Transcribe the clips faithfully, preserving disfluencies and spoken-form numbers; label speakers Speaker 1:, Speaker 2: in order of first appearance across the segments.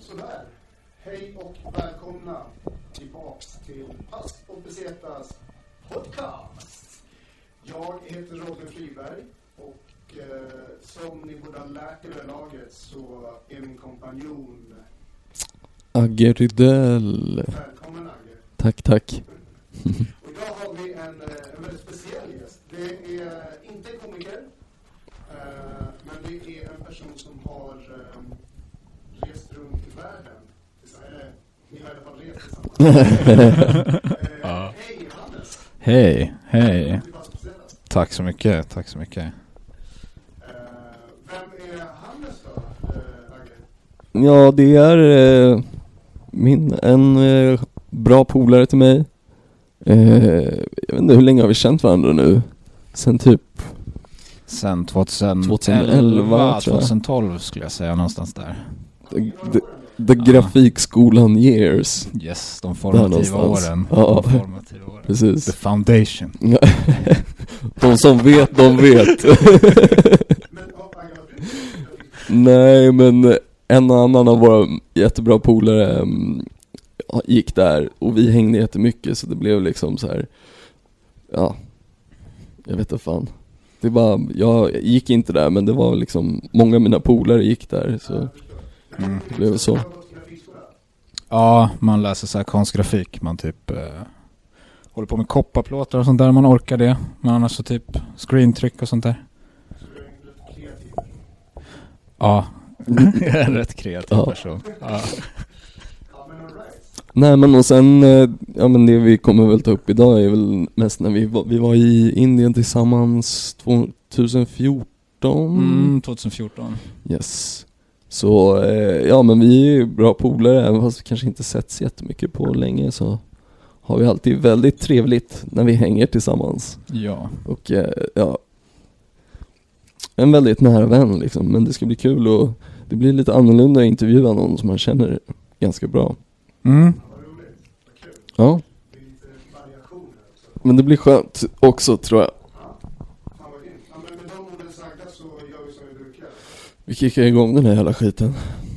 Speaker 1: sådär. Hej och välkomna tillbaks till Pass och Besetas podcast. Jag heter Robin Friberg och eh, som ni borde ha lärt er i laget så är min kompanjon
Speaker 2: Agge Rydell.
Speaker 1: Välkommen Agge.
Speaker 2: Tack, tack.
Speaker 1: Och idag har vi en, en väldigt speciell gäst. Det är inte en komiker, eh, men det är en person som har eh, rest runt i världen. Eller, ni har i alla fall rest tillsammans. eh,
Speaker 3: ja.
Speaker 1: Hej Hannes.
Speaker 3: Hej, hej. Tack så mycket, tack så mycket.
Speaker 1: Eh, vem är Hannes då, eh, Agge?
Speaker 2: Ja, det är eh, min, en eh, bra polare till mig. Eh, jag vet inte, hur länge har vi känt varandra nu? Sen typ
Speaker 3: Sen tjugohundraelva,
Speaker 2: tjugohundraelva
Speaker 3: tjugotolv skulle jag säga, någonstans där.
Speaker 2: The, the, the grafikskolan years.
Speaker 3: Yes, de formativa åren.
Speaker 2: Ja,
Speaker 3: de formativa åren.
Speaker 2: Precis.
Speaker 3: The foundation.
Speaker 2: De som vet, de vet. Nej, men en annan av våra jättebra polare um, gick där och vi hängde jättemycket, så det blev liksom så här. Ja, jag vet inte fan. Det var, jag gick inte där, men det var liksom många av mina polare gick där, så
Speaker 3: Mm.
Speaker 2: det blev så.
Speaker 3: Ja, man läser så här konstgrafik. Man typ eh, håller på med kopparplåtar och sånt där, man orkar det. Men annars så typ screentryck och sånt där. Ja, jag är en rätt kreativ
Speaker 2: Ja.
Speaker 3: person. Ja.
Speaker 2: Nej, men och sen, eh, ja men det vi kommer väl ta upp idag är väl mest när vi var, vi var i Indien tillsammans tjugohundrafjorton.
Speaker 3: Mm, tjugohundrafjorton.
Speaker 2: Yes. Så eh, ja, men vi är ju bra polare, även fast vi kanske inte setts jättemycket på länge, så har vi alltid väldigt trevligt när vi hänger tillsammans.
Speaker 3: Ja.
Speaker 2: Och eh, ja, en väldigt nära vän liksom, men det ska bli kul och det blir lite annorlunda att intervjua någon som man känner ganska bra.
Speaker 3: Mm.
Speaker 2: Ja. Men det blir skönt också, tror jag. Vi kickar igång den här jävla skiten.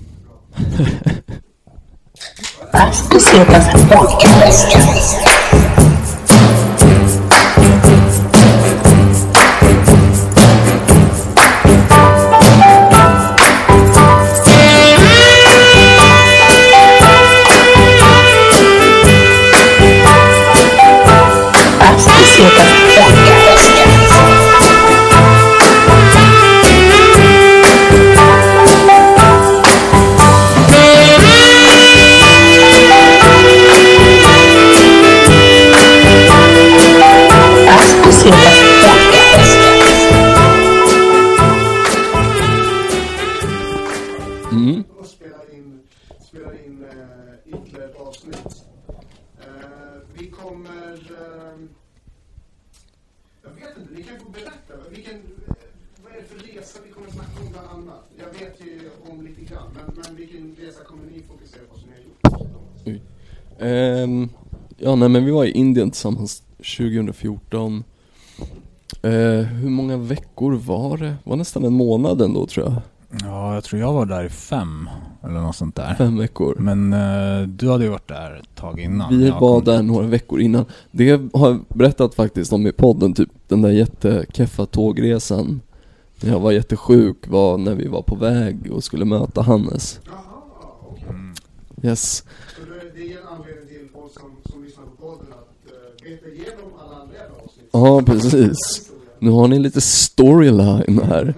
Speaker 2: Mm.
Speaker 1: Och spelar in, spelar in uh, ytterligare ett avsnitt. Uh, vi kommer... Uh, jag vet inte, ni kan få berätta. Vilken, uh, vad är det för resa vi kommer snacka om bland annat? Jag vet ju om lite grann, men, men vilken resa kommer ni fokusera på som ni har gjort?
Speaker 2: Um, ja, nej, men vi var i Indien tillsammans tjugohundrafjorton. Uh, hur många veckor var det? Var nästan en månad ändå, tror jag.
Speaker 3: Ja, jag tror jag var där i fem eller något sånt där.
Speaker 2: Fem veckor.
Speaker 3: Men uh, du hade ju varit där ett tag innan.
Speaker 2: Vi
Speaker 3: jag
Speaker 2: var
Speaker 3: kom...
Speaker 2: där några veckor innan. Det har jag berättat faktiskt om i podden, typ den där jättekeffa tågresan. När jag var jättesjuk var när vi var på väg och skulle möta Hannes.
Speaker 1: Jaha, okej.
Speaker 3: Mm.
Speaker 2: Yes.
Speaker 1: Så det, det är en anledning till folk som, som lyssnar på podden att uh, veta igenom alla andra jävla avsnitt.
Speaker 2: Ja, precis. Nu har ni lite storyline här.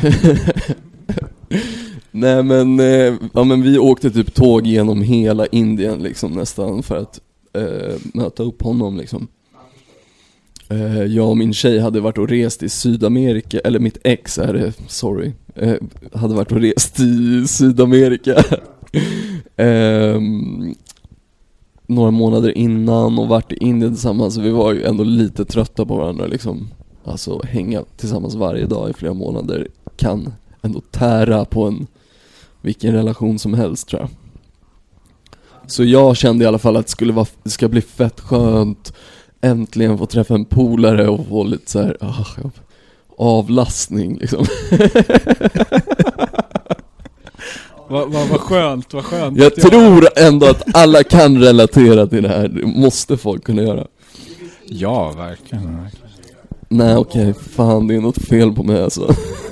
Speaker 2: Nej, men, eh, ja, men vi åkte typ tåg genom hela Indien liksom, nästan för att eh, möta upp honom liksom. Eh, jag och min tjej hade varit och rest i Sydamerika, eller mitt ex är det, sorry, eh, hade varit och rest i Sydamerika eh, några månader innan och varit i Indien tillsammans, så vi var ju ändå lite trötta på varandra liksom. Alltså hänga tillsammans varje dag i flera månader kan ändå tära på en vilken relation som helst, tror jag. Så jag kände i alla fall att det skulle vara, det ska bli fett skönt äntligen få träffa en polare och få lite så här ah, avlastning liksom.
Speaker 3: Vad va, va skönt, vad skönt.
Speaker 2: Jag tror ändå att alla kan relatera till det här. Det måste folk kunna göra.
Speaker 3: Ja, verkligen, verkligen.
Speaker 2: Nej, okej, okay, fan, det är något fel på mig alltså.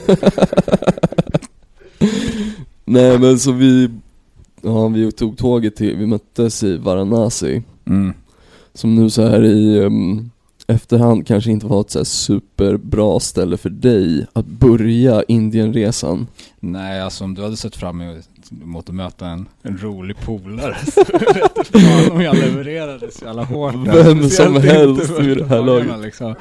Speaker 2: Nej, men så vi Ja, vi tog tåget till, vi möttes i Varanasi.
Speaker 3: Mm.
Speaker 2: Som nu så här i um, efterhand kanske inte var ett så här superbra ställe för dig att börja Indienresan.
Speaker 3: Nej, alltså om du hade sett fram emot att möta en, en rolig polare så vet du fan om jag levererade så jävla hårt.
Speaker 2: Vem som helst i det här laget.
Speaker 3: Liksom.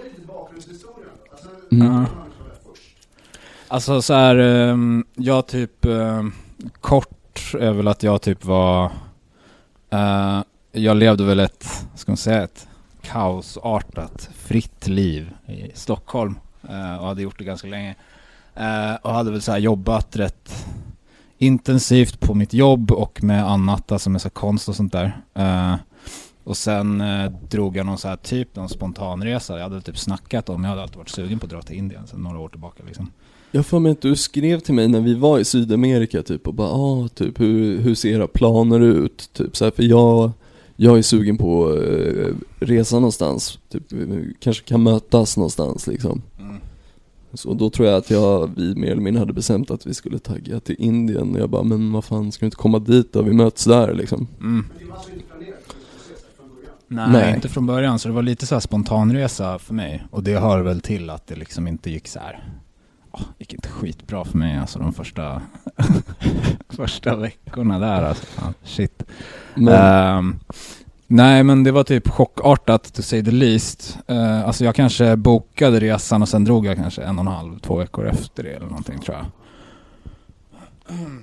Speaker 2: Mm.
Speaker 3: Uh. Alltså så här, um, jag typ um, kort är väl att jag typ var uh, jag levde väl ett, ska man säga, ett kaosartat fritt liv i Stockholm uh, och hade gjort det ganska länge uh, och hade väl så här jobbat rätt intensivt på mitt jobb och med annat, alltså med så konst och sånt där uh, och sen uh, drog jag någon så här typ någon spontanresa. Jag hade typ snackat om, jag hade alltid varit sugen på att dra till Indien sedan några år tillbaka liksom.
Speaker 2: Jag får mig att du skrev till mig när vi var i Sydamerika typ och bara, ah, typ hur, hur ser era planer ut? Typ så här, för jag, jag är sugen på uh, resa någonstans. Typ, kanske kan mötas någonstans liksom. Mm. Så då tror jag att jag, vi mer eller mindre hade bestämt att vi skulle tagga till Indien. Och jag bara, men vad fan, ska vi inte komma dit då? Vi möts där liksom.
Speaker 3: Mm. Nej, Nej, inte från början. Så det var lite så här spontanresa för mig. Och det hör väl till att det liksom inte gick så här. Oh, gick inte skitbra för mig alltså de första första veckorna där alltså. Fan, shit. Men. Um, nej, men det var typ chockartat to say the least. Uh, alltså jag kanske bokade resan och sen drog jag kanske en och en halv, två veckor efter det eller någonting tror jag. Mm.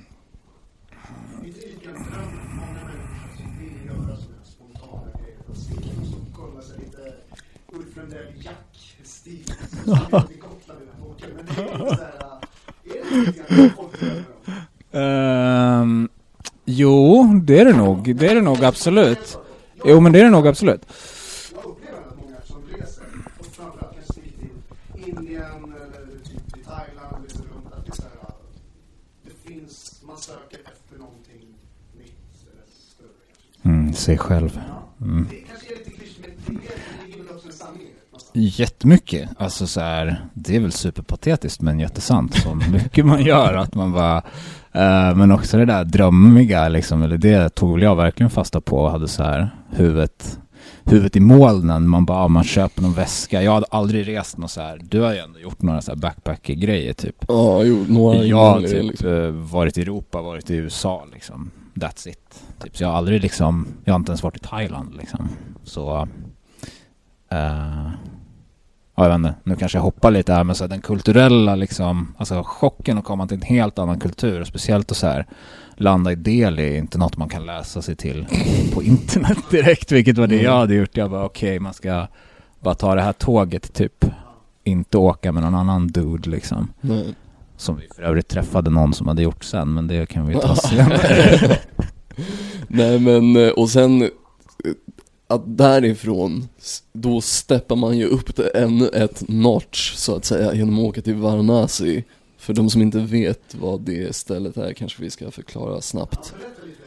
Speaker 3: um, jo, det är det nog. Det är det nog absolut. Jo, men det är det nog absolut.
Speaker 1: Jag upplever att många som reser, och framförallt kanske till Indien eller typ i Thailand eller runt, att det, så här, det finns, man söker efter någonting nytt eller större kanske.
Speaker 3: Mm, sig själv. Mm.
Speaker 1: Det kanske är lite klyschigt, men det ligger väl också en sanning.
Speaker 3: Jättemycket. Alltså så här, det är väl superpatetiskt men jättesant så mycket man gör att man bara uh, men också det där drömmiga liksom, eller det tog jag verkligen fasta på och hade så här huvudet huvudet i molnen. Man bara, man köper någon väska. Jag hade aldrig rest någon så här. Du har ju ändå gjort några så här backpacker-grejer typ.
Speaker 2: Ja, jo, några.
Speaker 3: Jag har typ liksom varit i Europa, varit i U S A liksom. That's it. Typ, så jag har aldrig liksom, jag har inte ens varit i Thailand liksom. Så uh, ja, jag vet inte. Nu kanske jag hoppar lite här, men så här, den kulturella liksom, alltså chocken att komma till en helt annan kultur, och speciellt att så här landa i Delhi är inte något man kan läsa sig till på internet direkt, vilket var det jag hade gjort. Jag bara okej, okay, man ska bara ta det här tåget typ, inte åka med någon annan dude liksom.
Speaker 2: Nej.
Speaker 3: Som vi för övrigt träffade någon som hade gjort sen, men det kan vi ta senare.
Speaker 2: Nej, men och sen att därifrån då steppar man ju upp det ännu ett notch så att säga genom att åka till Varanasi. För de som inte vet vad det stället är kanske vi ska förklara snabbt.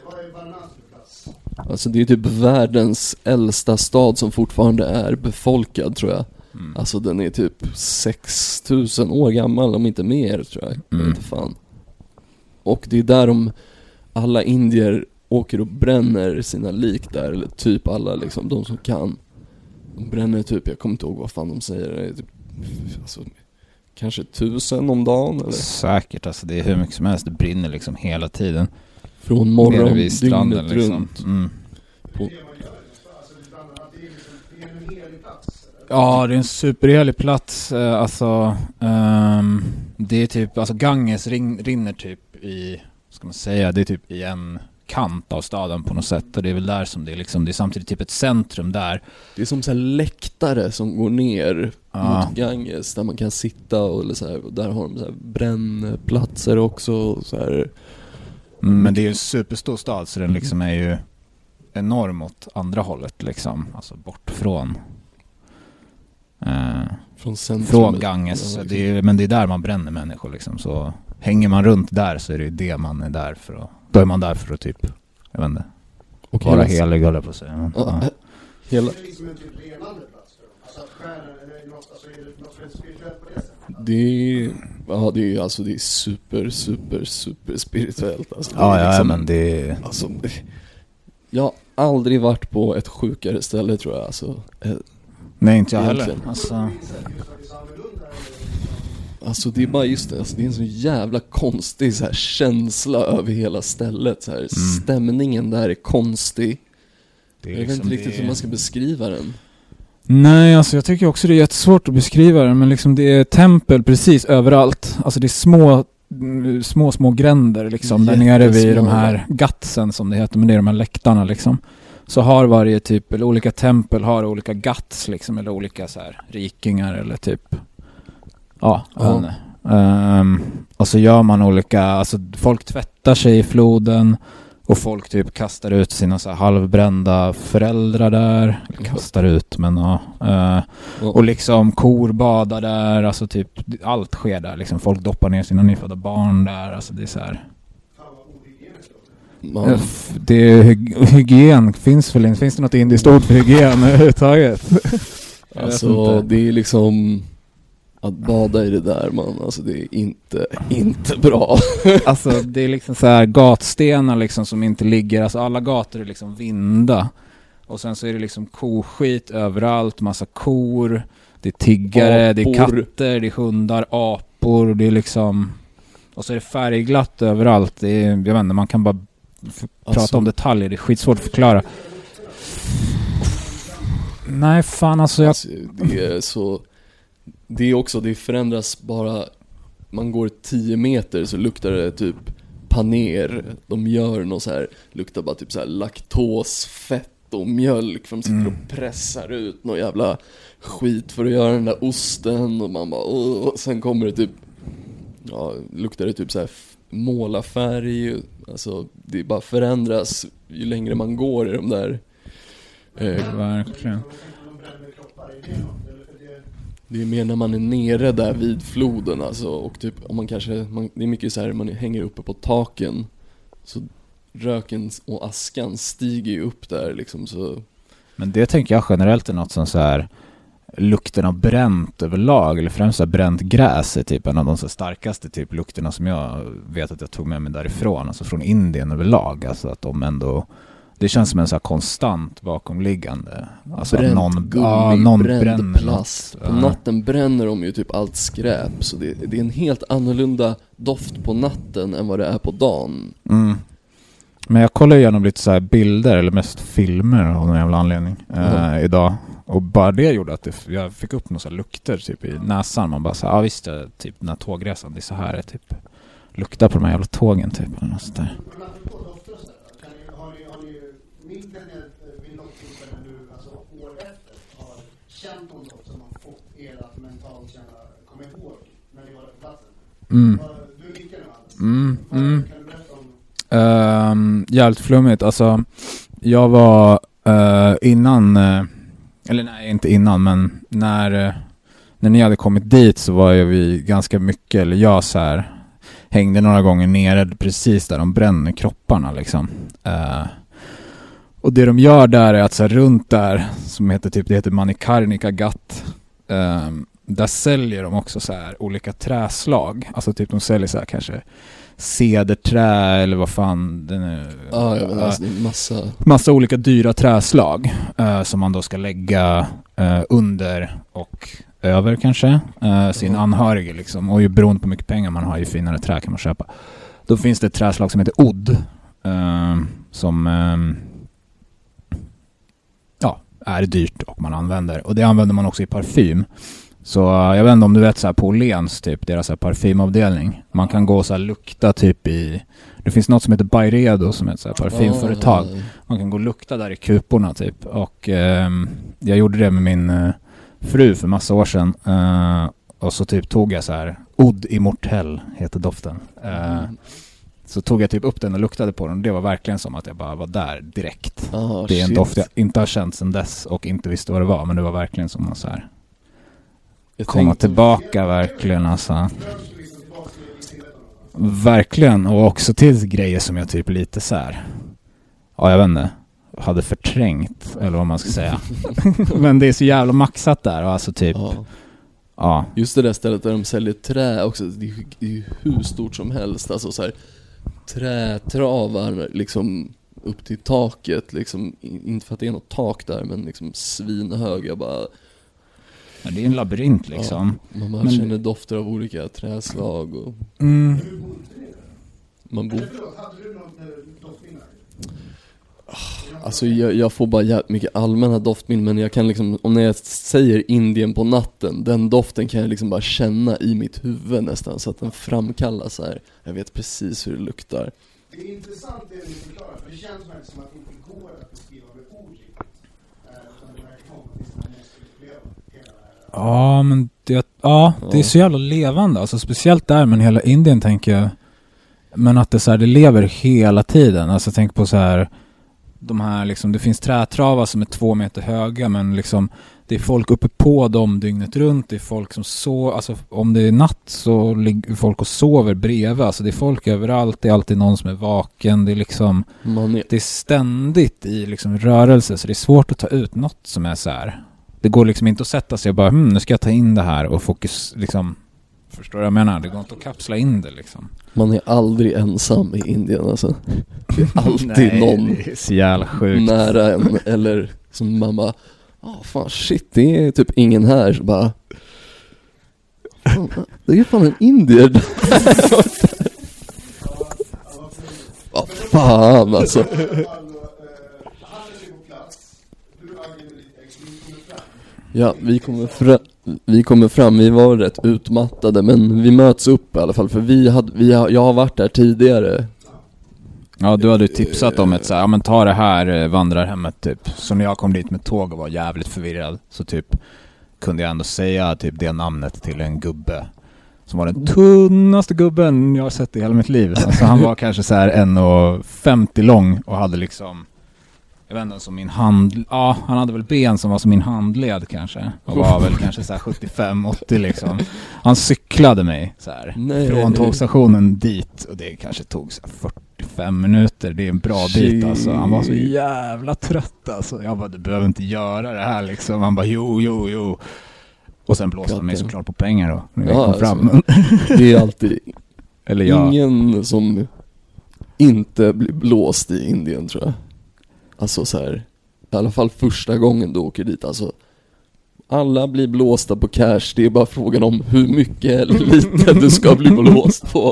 Speaker 2: Alltså det är typ världens äldsta stad som fortfarande är befolkad tror jag. Mm. Alltså den är typ sex tusen år gammal om inte mer tror jag. Mm. Jag vet inte fan. Och det är där de alla indier åker och bränner sina lik där, eller typ alla liksom, de som kan. De bränner typ, jag kommer inte ihåg vad fan de säger, det är typ, alltså, kanske tusen om dagen eller? Säkert, alltså det är hur mycket som helst, det brinner liksom hela tiden. Från morgon, vid stranden liksom. Runt. Mm. På. Ja, det är en superhelig plats, alltså um, det är typ, alltså Ganges rin, rinner typ i, ska man säga, det är typ i en kant av staden på något sätt, och det är väl där som det är liksom, det är samtidigt typ ett centrum där. Det är som så här läktare som går ner ah. mot Ganges där man kan sitta och, eller så här, och där har de så här brännplatser också så här. Mm, men det är ju en superstor stad så den liksom är ju enorm åt andra hållet liksom, alltså bort från eh, från, från Ganges, ja, liksom. Det är, men det är där man bränner människor liksom, så
Speaker 3: hänger man runt där så är det ju det man är där för att, då är man där för att typ, jag vet inte,
Speaker 2: Och
Speaker 3: vara
Speaker 2: hela-
Speaker 3: helig, höll jag på att säga. Men,
Speaker 2: Ja,
Speaker 3: ja.
Speaker 2: hela,
Speaker 1: Det är liksom en typ renande plats för dem. Alltså att stjärnan eller något, alltså är det något väldigt spirituellt på det sättet?
Speaker 2: det är, ja det är alltså det är super, super, super spirituellt. Alltså, det
Speaker 3: Ja,
Speaker 2: är
Speaker 3: ja,
Speaker 2: liksom-
Speaker 3: men det är...
Speaker 2: Alltså, jag har aldrig varit på ett sjukare ställe tror jag. Alltså, eh,
Speaker 3: Nej, inte jag heller.
Speaker 2: Egentligen.
Speaker 3: Alltså,
Speaker 1: Just att det är så annorlunda eller?
Speaker 2: alltså det är bara just det. Alltså, det är en så jävla konstig så här, känsla över hela stället. Så här. Stämningen där är konstig.
Speaker 3: det är
Speaker 2: Jag vet
Speaker 3: liksom
Speaker 2: inte riktigt
Speaker 3: det...
Speaker 2: hur man ska beskriva den.
Speaker 3: Nej, alltså jag tycker också det är jättesvårt att beskriva det, men liksom det är tempel precis överallt. Alltså det är små, mm, små, små gränder liksom, där nere vid de här gatsen som det heter, men det är de här läktarna liksom. Så har varje typ, eller olika tempel har olika gats liksom, eller olika så här rikingar eller typ, ja,
Speaker 2: Ja.
Speaker 3: ja. Um, och så gör man olika, alltså folk tvättar sig i floden. Och folk typ kastar ut sina så här halvbrända föräldrar där. Eller kastar ut, men ja. Uh,
Speaker 2: Ja.
Speaker 3: och liksom kor badar där. Alltså typ, allt sker där. Liksom, folk doppar ner sina nyfödda barn där. Alltså det är så här.
Speaker 1: Fan vad ohygieniskt låter.
Speaker 2: Ja.
Speaker 3: F- det är hy- hygien. Finns väl inte? Finns det något indiskt ord för hygien överhuvudtaget? Jag vet
Speaker 2: Alltså
Speaker 3: inte.
Speaker 2: det är liksom att bada i det där man, alltså det är inte, inte bra.
Speaker 3: Alltså det är liksom så här gatstenar liksom som inte ligger, alltså alla gator är liksom vinda. Och sen så är det liksom koskit överallt, massa kor, det är tiggare, det är
Speaker 2: Apor.
Speaker 3: katter, det är hundar, apor, det är liksom, och så är det färgglatt överallt. Det är, jag vet inte, man kan bara f-
Speaker 2: Alltså-
Speaker 3: prata om detaljer, det är skitsvårt att förklara. Nej fan alltså jag...
Speaker 2: Alltså, det är så, det är också, det förändras bara, man går tio meter så luktar det typ paner. De gör något så här, luktar bara typ så här laktos, fett och mjölk, för de sitter
Speaker 3: Mm.
Speaker 2: och pressar ut någon jävla skit för att göra den där osten, och man bara, åh, och sen kommer det typ, ja, luktar det typ så här f- målarfärg. Alltså det bara förändras ju längre man går i de där eh,
Speaker 3: Verkligen.
Speaker 1: De bränner kroppar, är det något? Eller för det...
Speaker 2: det är mer när man är nere där vid floden alltså, och typ om man kanske, man, det är mycket så här, man hänger uppe på taken, så röken och askan stiger ju upp där liksom, så
Speaker 3: Men det tänker jag generellt är något som så här, lukten av bränt överlag, eller främst så här bränt gräs är typ en av de så starkaste typ lukterna som jag vet att jag tog med mig därifrån, alltså från Indien överlag, alltså att de ändå, det känns som en så här konstant bakomliggande, alltså att
Speaker 2: bränt
Speaker 3: någon,
Speaker 2: gummi,
Speaker 3: ja, någon
Speaker 2: bränd
Speaker 3: bränner
Speaker 2: plast.
Speaker 3: något.
Speaker 2: På
Speaker 3: Ja.
Speaker 2: natten bränner de ju typ allt skräp, så det, det är en helt annorlunda doft på natten än vad det är på dagen.
Speaker 3: Mm. Men jag kollar igenom lite så här bilder, eller mest filmer av någon jävla anledning eh,
Speaker 2: Mm.
Speaker 3: idag. Och bara det gjorde att det, jag fick upp några så här lukter typ i näsan. Man bara så här, ja visst, det, typ den här tågresan, det är så här det typ luktar på de här jävla tågen typ. Eller något sånt där.
Speaker 1: Men apropå dofter och sådär, kan ni, har ni, har ni minns ni vid något tillfälle nu, alltså år efter, har känt någon doft som har fått er att mentalt känna, komma ihåg när ni var på platsen?
Speaker 3: Mm.
Speaker 1: Vad- Du nickar nu Anders.
Speaker 3: Mm.
Speaker 1: Vad
Speaker 3: Mm.
Speaker 1: kan du berätta om?
Speaker 3: Um, jävligt flummigt. Alltså, jag var uh, innan, uh, eller nej inte innan, men när, uh, när ni hade kommit dit så var jag vi ganska mycket, eller jag så här, hängde några gånger nere precis där de bränner kropparna liksom. Uh, och det de gör där är att så här, runt där, som heter typ, det heter Manikarnika Gat, um, där säljer de också så här olika träslag. Alltså typ de säljer så här kanske cederträ eller vad fan den är.
Speaker 2: Ja, jag vet,
Speaker 3: Ja,
Speaker 2: alltså, det är massa.
Speaker 3: massa olika dyra träslag eh, som man då ska lägga eh, under och över kanske eh, sin
Speaker 2: Mhm.
Speaker 3: anhörige liksom. Och ju beroende på hur mycket pengar man har, ju finare trä kan man köpa. Då finns det ett träslag som heter odd eh, som eh, ja, är dyrt och man använder. Och det använder man också i parfym. Så jag vet inte om du vet så här på Åhléns typ, deras så här parfymavdelning. Man kan gå så här lukta typ i, det finns något som heter Byredo som är ett så här parfymföretag.
Speaker 2: Ja,
Speaker 3: Man kan gå och lukta där i kuporna typ. Och ehm, jag gjorde det med min eh, fru för massa år sedan. Eh, och så typ tog jag så här, Oud Immortel heter doften. Eh, så tog jag typ upp den och luktade på den. Det var verkligen som att jag bara var där direkt.
Speaker 2: ah,
Speaker 3: Det är en
Speaker 2: shit.
Speaker 3: doft jag inte har känt sedan dess och inte visste vad det var. Men det var verkligen som att så här,
Speaker 2: Jag
Speaker 3: komma
Speaker 2: tänkte,
Speaker 3: tillbaka verkligen alltså.
Speaker 1: Dröms du liksom tillbaka till i stillheten?
Speaker 3: verkligen. Och också till grejer som jag typ lite så här, ja jag vet inte, hade förträngt, eller vad man ska säga. Men det är så jävla maxat där, och alltså typ
Speaker 2: Ja.
Speaker 3: ja.
Speaker 2: Just det där stället där de säljer trä också, det är ju, det är ju hur stort som helst, alltså så här trätravar liksom upp till taket liksom, inte för att det är något tak där, men liksom svinhöga bara.
Speaker 3: Ja, det är en labyrint liksom.
Speaker 2: Ja, man bara
Speaker 3: Men-
Speaker 2: känner dofter av olika träslag och
Speaker 3: Mm.
Speaker 2: man bor.
Speaker 1: Eller förlåt, hade du någon eh, doftminne?
Speaker 2: Alltså jag, jag får bara jävligt mycket allmänna doftminnen, men jag kan liksom, om när jag säger Indien på natten, den doften kan jag liksom bara känna i mitt huvud nästan, så att den framkallas så här. Jag vet precis hur det luktar.
Speaker 1: Det är intressant det ni förklarar, för det känns verkligen som att det inte går att beskriva med ord riktigt. Eh, utan det verkar vara något som man måste uppleva hela det här.
Speaker 3: Ja, men det, ja, det är så jävla levande. Alltså speciellt där, men hela Indien tänker jag. Men att det, så här, det lever hela tiden. Alltså tänk på så här, de här liksom, det finns trätravar som är två meter höga, men liksom det är folk uppe på dem dygnet runt. Det är folk som så, alltså om det är natt så ligger folk och sover bredvid. Alltså det är folk överallt, det är alltid någon som är vaken. Det är liksom,
Speaker 2: Man är,
Speaker 3: det är ständigt i liksom rörelse, så det är svårt att ta ut något som är så här. Det går liksom inte att sätta sig och bara, hm, nu ska jag ta in det här och fokus liksom, förstår du vad jag menar? Det går inte att kapsla in det liksom.
Speaker 2: man är aldrig ensam i Indien alltså. Det är alltid
Speaker 3: Nej,
Speaker 2: någon
Speaker 3: det är så jävla sjukt.
Speaker 2: nära en, eller som mamma, ja oh, fan shit, det är typ ingen här, så bara fan, det är fan en indier där. Vad fan alltså.
Speaker 1: Han är på plats, du agerar lite extra, vi kommer fram.
Speaker 2: Ja, vi kommer, fra, vi kommer fram, vi var rätt utmattade, men vi möts upp i alla fall, för vi hade, vi har, jag har varit där tidigare.
Speaker 3: Ja, du hade tipsat om ett så här, ja men ta det här eh, vandrarhemmet typ. Så när jag kom dit med tåg och var jävligt förvirrad, så typ kunde jag ändå säga typ det namnet till en gubbe som var den tunnaste gubben jag har sett i hela mitt liv. Alltså han var kanske så här en komma femtio lång och hade liksom, jag vet inte, som min hand, ja han hade väl ben som var som min handled kanske. Och var väl kanske så här sjuttiofem åttio liksom. Han cyklade mig så här
Speaker 2: Nej.
Speaker 3: från tågstationen dit, och det kanske tog så här fyrtiofem minuter. Det är en bra bit alltså. Han var så jävla trött alltså. Jag bara, du behöver inte göra det här liksom. Han bara, jo, jo, jo. Och sen blåste han mig såklart på pengar då när vi
Speaker 2: Ja,
Speaker 3: kom fram.
Speaker 2: alltså, det är alltid
Speaker 3: Eller jag.
Speaker 2: ingen som inte blir blåst i Indien, tror jag. Alltså så här, i alla fall första gången du åker dit, alltså alla blir blåsta på cash. Det är bara frågan om hur mycket eller lite du ska bli blåst på.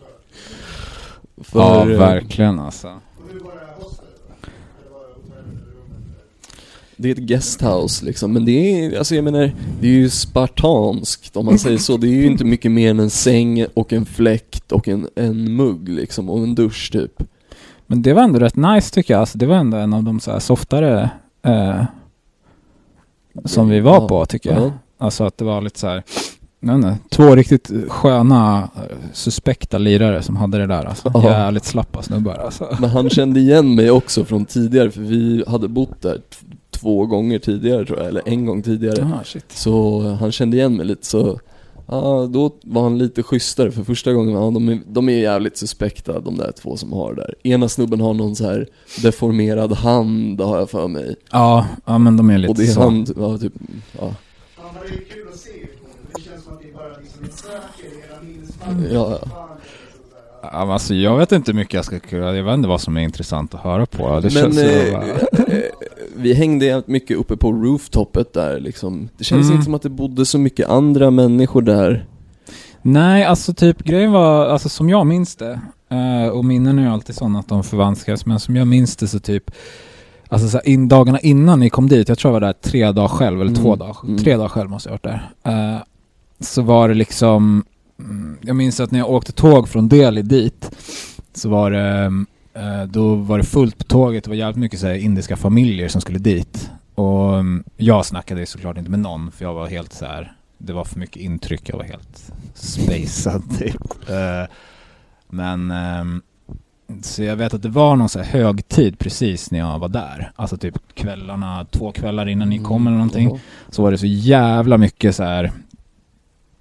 Speaker 2: För,
Speaker 3: Ja,
Speaker 2: eh,
Speaker 3: verkligen alltså.
Speaker 1: Och hur var det hos dig då? Eller var det hotellet eller rummet?
Speaker 2: det är ett guesthouse liksom, men det är, alltså jag menar, det är ju spartanskt om man säger så. Det är ju inte mycket mer än en säng och en fläkt och en, en mugg liksom, och en dusch typ.
Speaker 3: Men det var ändå rätt nice tycker jag. Alltså, det var ändå en av de så här softare eh, som vi var
Speaker 2: Ja,
Speaker 3: på tycker jag.
Speaker 2: ja.
Speaker 3: Alltså att det var lite så här, nej, nej, två riktigt sköna eh, suspekta lirare som hade det där. Alltså.
Speaker 2: Ja.
Speaker 3: Jävligt slappa snubbar. Alltså.
Speaker 2: Men han kände igen mig också från tidigare, för vi hade bott där t- två gånger tidigare tror jag, eller en gång tidigare.
Speaker 3: Ah, shit.
Speaker 2: Så han kände igen mig lite, så ja, då var han lite schysstare för första gången. Ja, de, är, de är jävligt suspekta, de där två som har där. Ena snubben har någon så här deformerad hand, har jag för mig.
Speaker 3: Ja, ja, men de är lite
Speaker 2: Och det är
Speaker 3: så.
Speaker 2: hand, ja, typ, ja.
Speaker 1: Fan vad det är kul att se er på det. Det känns som att ni bara liksom söker i era minnesbank.
Speaker 2: Ja, ja.
Speaker 1: Fan, liksom så här.
Speaker 3: Ja, men alltså, jag vet inte hur mycket jag ska kunna. Jag vet inte vad som är intressant att höra på. Det
Speaker 2: Men
Speaker 3: känns
Speaker 2: eh,
Speaker 3: så,
Speaker 2: eh, vi hängde jävligt mycket uppe på rooftopet där liksom. Det kändes
Speaker 3: Mm.
Speaker 2: inte som att det bodde så mycket andra människor där.
Speaker 3: Nej, alltså typ grejen var, alltså som jag minns det, eh, och minnen är ju alltid sådana att de förvanskas, men som jag minns det så typ, alltså så här, in, dagarna innan ni kom dit, jag tror jag var där tre dagar själv, eller
Speaker 2: Mm.
Speaker 3: två dagar,
Speaker 2: Mm.
Speaker 3: tre dagar själv måste jag ha varit där. Eh, så var det liksom, mm, jag minns att när jag åkte tåg från Delhi dit, så var det, eh, då var det fullt på tåget, det var jävligt mycket så här, indiska familjer som skulle dit. Och um, jag snackade såklart inte med någon, för jag var helt så här, det var för mycket intryck, jag var helt spacad typ. Uh, men um, så jag vet att det var någon så här högtid precis när jag var där. Alltså typ kvällarna, två kvällar innan ni kom eller någonting.
Speaker 2: Ja.
Speaker 3: Så var det så jävla mycket så här,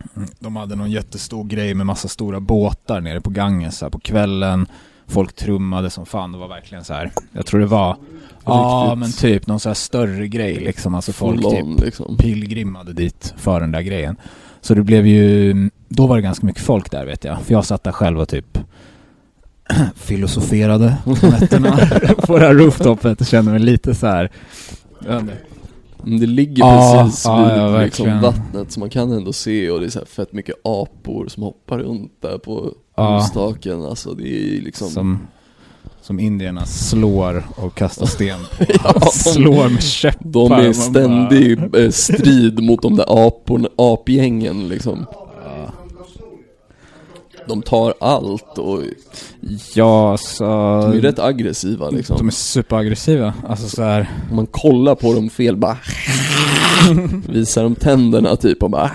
Speaker 3: De hade någon jättestor grej med massa stora båtar nere på Ganges så här, på kvällen. Folk trummade som fan. Det var verkligen så här. Jag tror det var ja, ah, men typ någon så här större grej liksom. Alltså folk typ liksom pilgrimmade dit för den där grejen. Så det blev ju, då var det ganska mycket folk där vet jag. För jag satt där själv och typ filosoferade på nätterna på det här rooftopet och kände mig lite så här.
Speaker 2: Det ligger
Speaker 3: ah,
Speaker 2: precis
Speaker 3: ah,
Speaker 2: vid
Speaker 3: ja,
Speaker 2: liksom vattnet så man kan ändå se, och det är så här fett mycket apor som hoppar runt där på
Speaker 3: ah,
Speaker 2: staken. Alltså det är liksom
Speaker 3: som, som indierna slår och kastar sten på.
Speaker 2: Ja, de,
Speaker 3: slår med käppar.
Speaker 2: De är ständig bara strid mot de där aporna, apgängen liksom.
Speaker 3: Ah.
Speaker 2: De tar allt och
Speaker 3: ja, så
Speaker 2: de är rätt aggressiva liksom.
Speaker 3: De är superaggressiva. Alltså så här,
Speaker 2: om man kollar på dem fel bara visar de tänderna typ och bara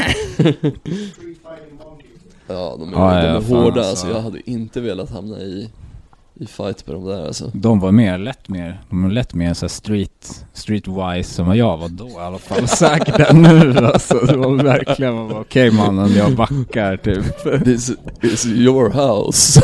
Speaker 2: ja, de är,
Speaker 3: ah,
Speaker 2: de är
Speaker 3: ja,
Speaker 2: hårda
Speaker 3: fan,
Speaker 2: alltså. Jag hade inte velat hamna i i fight på de där alltså.
Speaker 3: De var mer lätt mer de var lätt mer så här street streetwise som jag var då i alla fall. Säkert än nu alltså. Det var verkligen okej okay, mannen, jag backar typ.
Speaker 2: This is your house.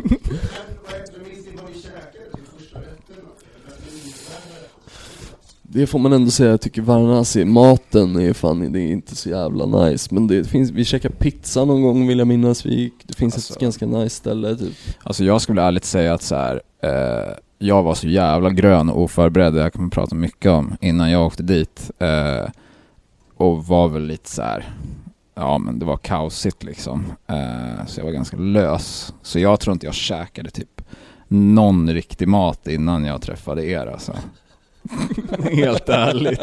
Speaker 2: Det får man ändå säga. Jag tycker Varanasi, maten är fan, det är inte så jävla nice. Men det finns, vi käkar pizza någon gång vill jag minnas. Vi, det finns alltså ett ganska nice ställe typ.
Speaker 3: Alltså jag skulle ärligt säga att så här, eh, jag var så jävla grön och oförberedd. Jag kan prata mycket om innan jag åkte dit. Eh, och var väl lite så här, ja men det var kaosigt liksom. Eh, så jag var ganska lös. Så jag tror inte jag käkade typ någon riktig mat innan jag träffade er alltså. Helt ärligt.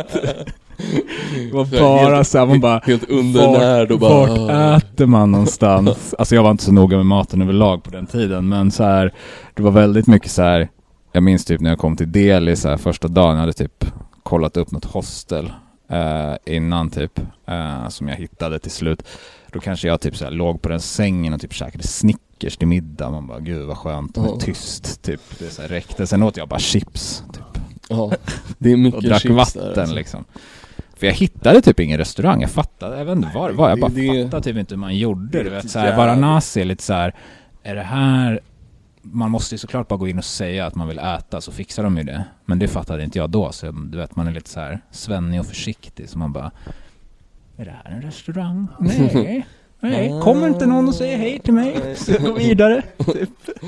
Speaker 3: Det var bara helt, så här, man bara
Speaker 2: helt undernärd och bara
Speaker 3: vart äter man någonstans? Alltså jag var inte så noga med maten överlag på den tiden, men så här, det var väldigt mycket så här. Jag minns typ när jag kom till Delhi så här, första dagen, jag hade typ kollat upp något hostel eh, innan typ eh, som jag hittade till slut. Då kanske jag typ så här, låg på den sängen och typ käkade Snickers till middag. Man bara, gud vad skönt, och oh. tyst typ. Det så här, räckte. Sen åt jag bara chips typ.
Speaker 2: Ja, det är mycket
Speaker 3: och drack vatten där, alltså. Liksom. För jag hittade typ ingen restaurang. Jag fattade, jag vet inte var det var. Jag bara det, fattade typ inte hur man gjorde. Du vet, så här, Varanasi är lite så här, är det här, man måste ju såklart bara gå in och säga att man vill äta, så fixar de ju det. Men det fattade inte jag då. Så du vet, man är lite så här svennig och försiktig. Så man bara, är det här en restaurang? Nej. Nej, kommer inte någon och säger hej till mig? Så jag går vidare. Typ.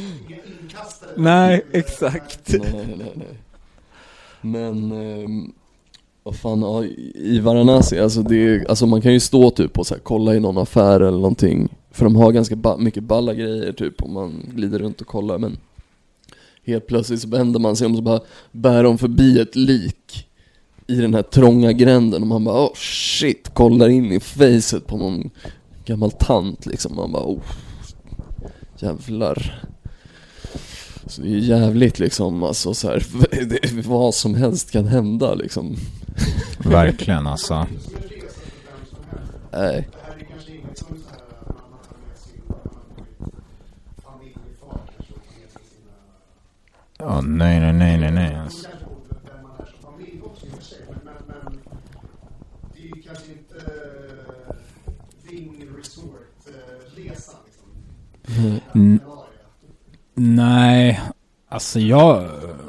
Speaker 3: Nej, exakt.
Speaker 2: Nej, nej, nej. Men eh, vad fan, ja, i Varanasi alltså, det är, alltså man kan ju stå typ och så här, kolla i någon affär eller någonting, för de har ganska ba- mycket balla grejer typ, om man glider runt och kollar, men helt plötsligt så vänder man sig om och så bara bär de förbi ett lik i den här trånga gränden och man bara, oh shit, kollar in i facet på någon gammal tant liksom, man bara, oh jävlar. Så det är jävligt liksom, alltså så här, det, vad som helst kan hända liksom.
Speaker 3: Verkligen alltså.
Speaker 2: Nej.
Speaker 3: Ja, nej, nej, nej, nej, nej. Alltså. Mm. Nej, alltså jag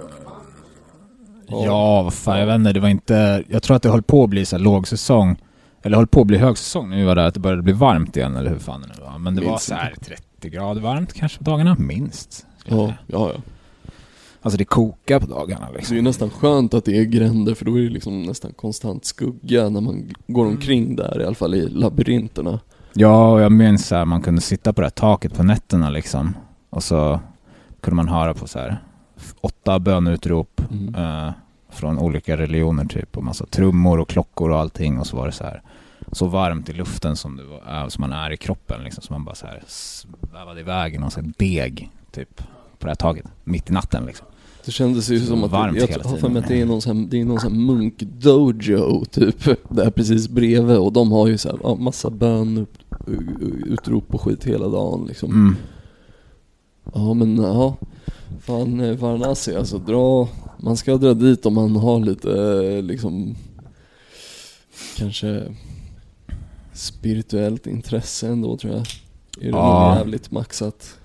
Speaker 3: ja, vad fan, jag vet inte, det var inte, jag tror att det höll på att bli så här lågsäsong, eller höll på att bli högsäsong när vi var där, att det började bli varmt igen, eller hur fan det nu var, men det minst var så här trettio grader varmt kanske på dagarna, minst.
Speaker 2: Ja, ja, ja.
Speaker 3: Alltså det kokar på dagarna liksom.
Speaker 2: Det är nästan skönt att det är gränder, för då är det liksom nästan konstant skugga när man går omkring där, i alla fall i labyrinterna.
Speaker 3: Ja, och jag minns så här, man kunde sitta på det här taket på nätterna liksom, och så kunde man höra på så här åtta bönutrop mm. eh, från olika religioner typ, och massa trummor och klockor och allting, och så var det så här så varmt i luften som, det var, äh, som man är i kroppen liksom, så man bara så här svävade iväg i någon sån här deg typ på det här taget mitt i natten liksom.
Speaker 2: Det kändes ju som att
Speaker 3: varmt
Speaker 2: jag har för mig att det är någon sån, det är någon sån munk dojo typ där precis bredvid, och de har ju så här, ja, massa bön utrop och skit hela dagen liksom.
Speaker 3: Mm.
Speaker 2: Ja, men ja, fan, Varanasi alltså, dra, man ska dra dit om man har lite liksom kanske spirituellt intresse ändå, tror jag. Är det
Speaker 3: Ja.
Speaker 2: nog jävligt maxat.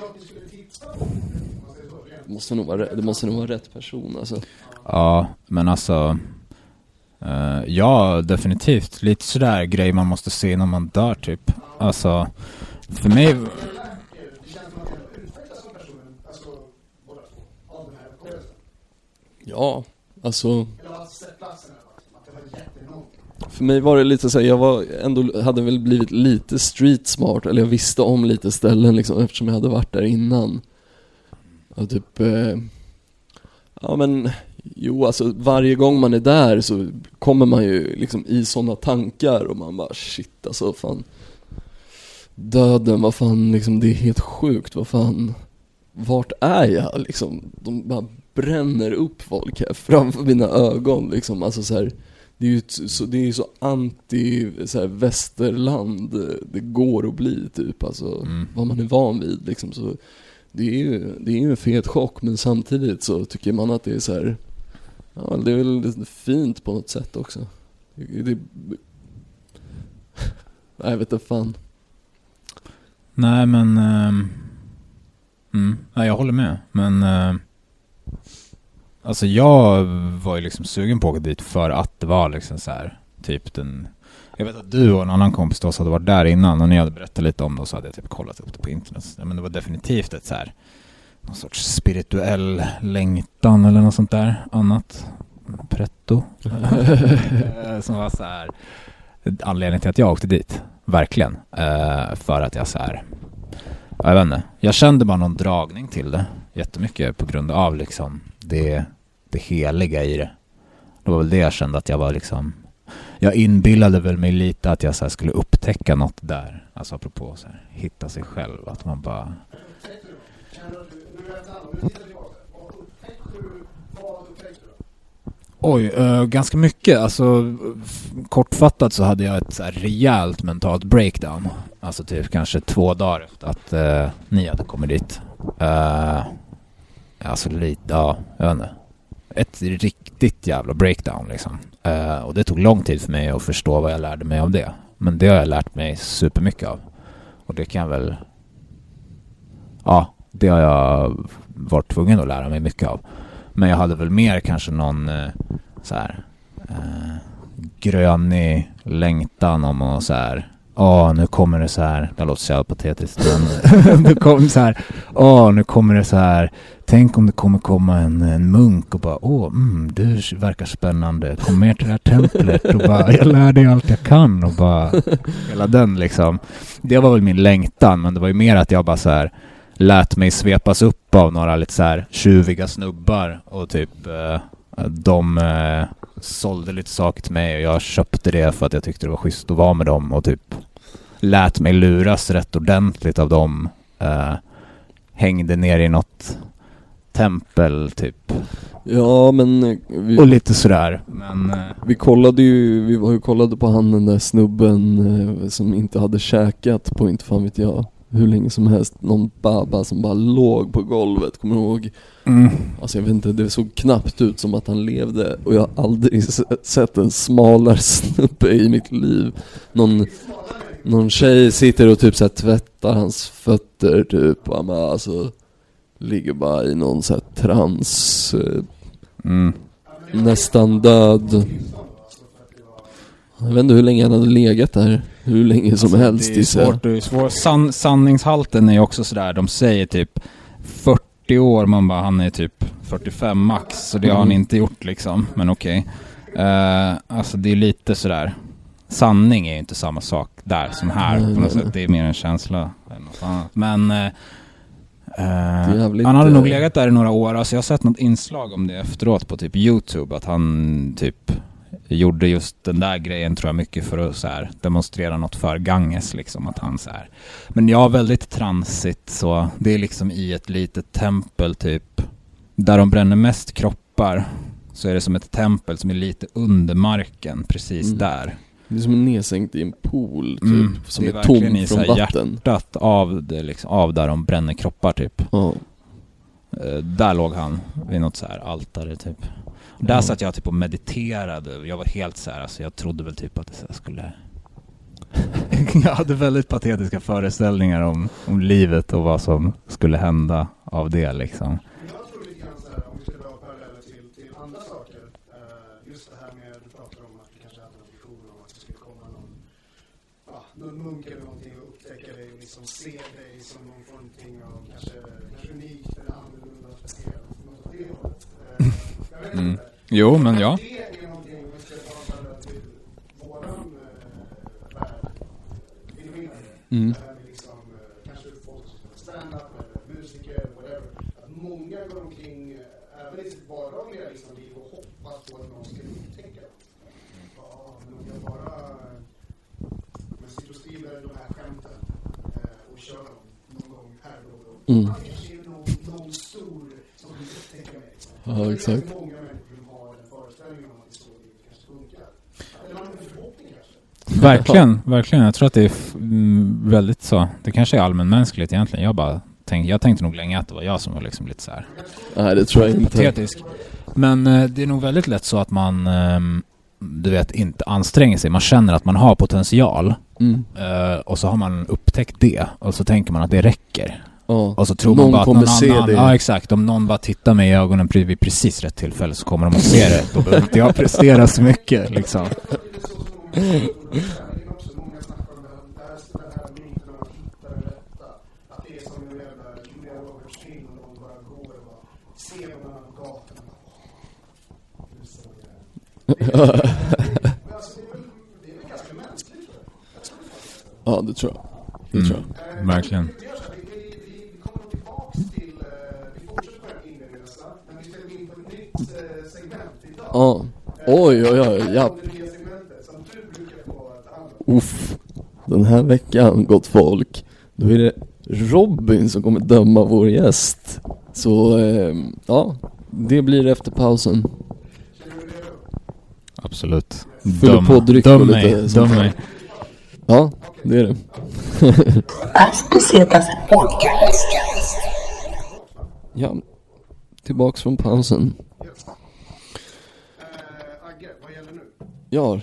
Speaker 2: Det måste nog vara, det måste nog vara rätt person alltså.
Speaker 3: Ja, men alltså uh, ja, definitivt. Lite sådär grej man måste se när man dör typ. Alltså, för mig...
Speaker 2: Ja, alltså... För mig var det lite så här, jag var ändå, hade väl blivit lite street smart, eller jag visste om lite ställen liksom, eftersom jag hade varit där innan. Och typ, eh, ja men, jo alltså varje gång man är där så kommer man ju liksom i sådana tankar och man bara shit alltså fan. Döden, vad fan liksom, det är helt sjukt, vad fan, vart är jag liksom? De bara bränner upp folk här framför mina ögon liksom, alltså så här. Det är ju så, det är så anti så här, västerland det går att bli typ, alltså mm. vad man är van vid liksom, så det är ju det är ju en fet chock, men samtidigt så tycker man att det är så här, ja, det är väl fint på något sätt också. Det, det nej, jag vet inte fan.
Speaker 3: Nej men um, mm, nej, jag håller med, men uh, alltså jag var ju liksom sugen på att åka dit för att det var liksom så här typ den, jag vet att du och en annan kompis då hade varit där innan och ni hade berättat lite om det, och så hade jag typ kollat upp det på internet. Ja, men det var definitivt ett så här någon sorts spirituell längtan eller något sånt där annat pretto som var så här anledningen till att jag åkte dit, verkligen, uh, för att jag så här, jag vet inte, jag kände bara någon dragning till det jättemycket på grund av liksom det, det heliga i det. Det var väl det jag kände, att jag var liksom, jag inbillade väl mig lite att jag så här skulle upptäcka något där, alltså apropå så här, hitta sig själv, att man bara oj, uh, ganska mycket. Alltså f- kortfattat så hade jag ett så här rejält mentalt breakdown. Alltså typ kanske två dagar efter att uh, ni hade kommit dit. Uh, alltså lite, ja, jag vet inte. Ett riktigt jävla breakdown liksom. Uh, och det tog lång tid för mig att förstå vad jag lärde mig av det. Men det har jag lärt mig supermycket av. Och det kan jag väl, ja, det har jag varit tvungen att lära mig mycket av. Men jag hade väl mer kanske någon eh, så här eh, grönig längtan om att så här, åh, nu kommer det så här, det låter så jävla patetiskt, men det kom så här, åh, nu kommer det så här, tänk om det kommer komma en, en munk och bara, åh, mm, du verkar spännande, kom med till det här templet och bara, jag lär dig allt jag kan och bara, hela den liksom. Det var väl min längtan, men det var ju mer att jag bara så här lät mig svepas upp av några lite så här tjuviga snubbar och typ eh, de eh, sålde lite saker till mig och jag köpte det för att jag tyckte det var schysst att vara med dem och typ lät mig luras rätt ordentligt av dem. Eh, hängde ner i något tempel typ.
Speaker 2: Ja, men vi,
Speaker 3: och lite sådär. Men eh,
Speaker 2: vi kollade ju, vi var ju kollade på han, den där snubben eh, som inte hade käkat på inte fan vet jag hur länge som helst, någon baba som bara låg på golvet, kommer du ihåg? Mm. Alltså jag vet inte, det såg knappt ut som att han levde, och jag har aldrig sett en smalare snubbe i mitt liv. Någon, någon tjej sitter och typ så här tvättar hans fötter typ, och han bara, alltså ligger bara i någon så här trans, mm. nästan död. Jag vet inte hur länge han hade legat där. Hur länge som alltså, helst.
Speaker 3: Det är svårt, det är svårt. San, sanningshalten är också sådär. De säger typ fyrtio år. Man bara, han är typ fyrtiofem max. Så det har han inte gjort liksom. Men okej. Okay. Uh, alltså det är lite sådär. Sanning är ju inte samma sak där som här. Nej, på något sätt. Det är mer en känsla. Men uh, uh, han hade nog legat där i några år. Alltså jag har sett något inslag om det efteråt på typ YouTube. Att han typ gjorde just den där grejen, tror jag, mycket för att så här demonstrera något för Ganges liksom, att han så här. Men jag är väldigt transigt, så det är liksom i ett litet tempel typ där de bränner mest kroppar, så är det som ett tempel som är lite under marken precis mm. där. Det
Speaker 2: är som en nedsänkt i en pool typ, mm. som är, är tom från så här vatten.
Speaker 3: Hjärtat av det liksom, av där de bränner kroppar typ. Oh. Uh, där låg han vid något så här altare typ. Där satt jag typ och mediterade. Jag var helt så här, alltså jag trodde väl typ att det så skulle jag hade väldigt patetiska föreställningar om, om livet och vad som skulle hända av det liksom.
Speaker 1: Jag tror lite grann så här, om vi ska dra paralleller till, till andra saker. Uh, just det här med, du pratar om att du kanske hade en vision om att det skulle komma någon, ja, någon munk eller någonting och upptäcka dig och liksom se dig som någon form av kanske, kanske unikt eller annorlunda och speciellt. Något åt det hållet. Uh, jag vet
Speaker 3: Mm.
Speaker 1: inte.
Speaker 3: Jo, men ja.
Speaker 1: Det är någonting vi ska ta parallell till våran uh, värld. Vill du minna det?
Speaker 2: Mm.
Speaker 1: Det här med liksom, uh, kanske folk som spelar stand-up eller musiker eller whatever. Att många går omkring, uh, även i sitt vardagliga liksom, liv och hoppas på att någon ska upptäcka dem. Ja, men om jag bara men sitter och skriver de här skämten uh, och kör dem någon gång här och då.
Speaker 2: Mm.
Speaker 1: Ja, det kanske är någon, någon stor som vill upptäcka mig.
Speaker 2: Ja, exakt.
Speaker 1: Det är många människor som har den föreställningen om att det så livet kanske funkar. Eller man har en förhoppning kanske.
Speaker 3: Verkligen, verkligen. Jag tror att det är f- mm, väldigt så. Det kanske är allmänmänskligt egentligen. Jag bara tänk, jag tänkte nog länge att det var jag som var liksom lite så här
Speaker 2: Nej, det tror jag inte.
Speaker 3: patetisk. Men eh, det är nog väldigt lätt så att man ehm, du vet, inte anstränger sig. Man känner att man har potential.
Speaker 2: Mm.
Speaker 3: eh, och så har man upptäckt det. Och så tänker man att det räcker.
Speaker 2: Ja.
Speaker 3: Och så tror
Speaker 2: Någon
Speaker 3: man bara att
Speaker 2: kommer
Speaker 3: någon
Speaker 2: se
Speaker 3: annan...
Speaker 2: det.
Speaker 3: Ja, exakt. Om någon bara tittar mig i ögonen pre- vid precis rätt tillfälle så kommer de att se det. Då behöver inte jag prestera så mycket, liksom.
Speaker 1: Det är också många snackar om det här, den här myten om att hitta det rätta. Att det är som en jävla Julia Roberts film och de bara går och bara ser varandra på gatan och bara, nu såg jag det. Det är alltså, det är väl, det är väl ganska mänskligt.
Speaker 2: Ja, det tror jag. Det
Speaker 3: Mm.
Speaker 2: tror jag.
Speaker 1: Eh,
Speaker 3: Verkligen.
Speaker 1: Vi, gör så här, vi, vi, vi kommer tillbaks till, eh, vi fortsätter på den inledningen, men vi ska gå in på ett nytt eh, segment idag.
Speaker 2: Ja. Oj, oj, oj, ja.
Speaker 1: Det nya segmentet som du brukar få ta hand om.
Speaker 2: Uff. Den här veckan, gott folk, då är det Robin som kommer döma vår gäst. Så, eh, ja, det blir efter pausen.
Speaker 1: Känner du det då?
Speaker 3: Absolut.
Speaker 2: Fyller på dryck
Speaker 3: döm
Speaker 2: och
Speaker 3: mig,
Speaker 2: lite sånt
Speaker 3: döm
Speaker 2: där.
Speaker 3: mig.
Speaker 2: Ja, det är det. Ja, tillbaks från pausen.
Speaker 1: Yes. Eh, Agge, vad gäller nu?
Speaker 2: Ja.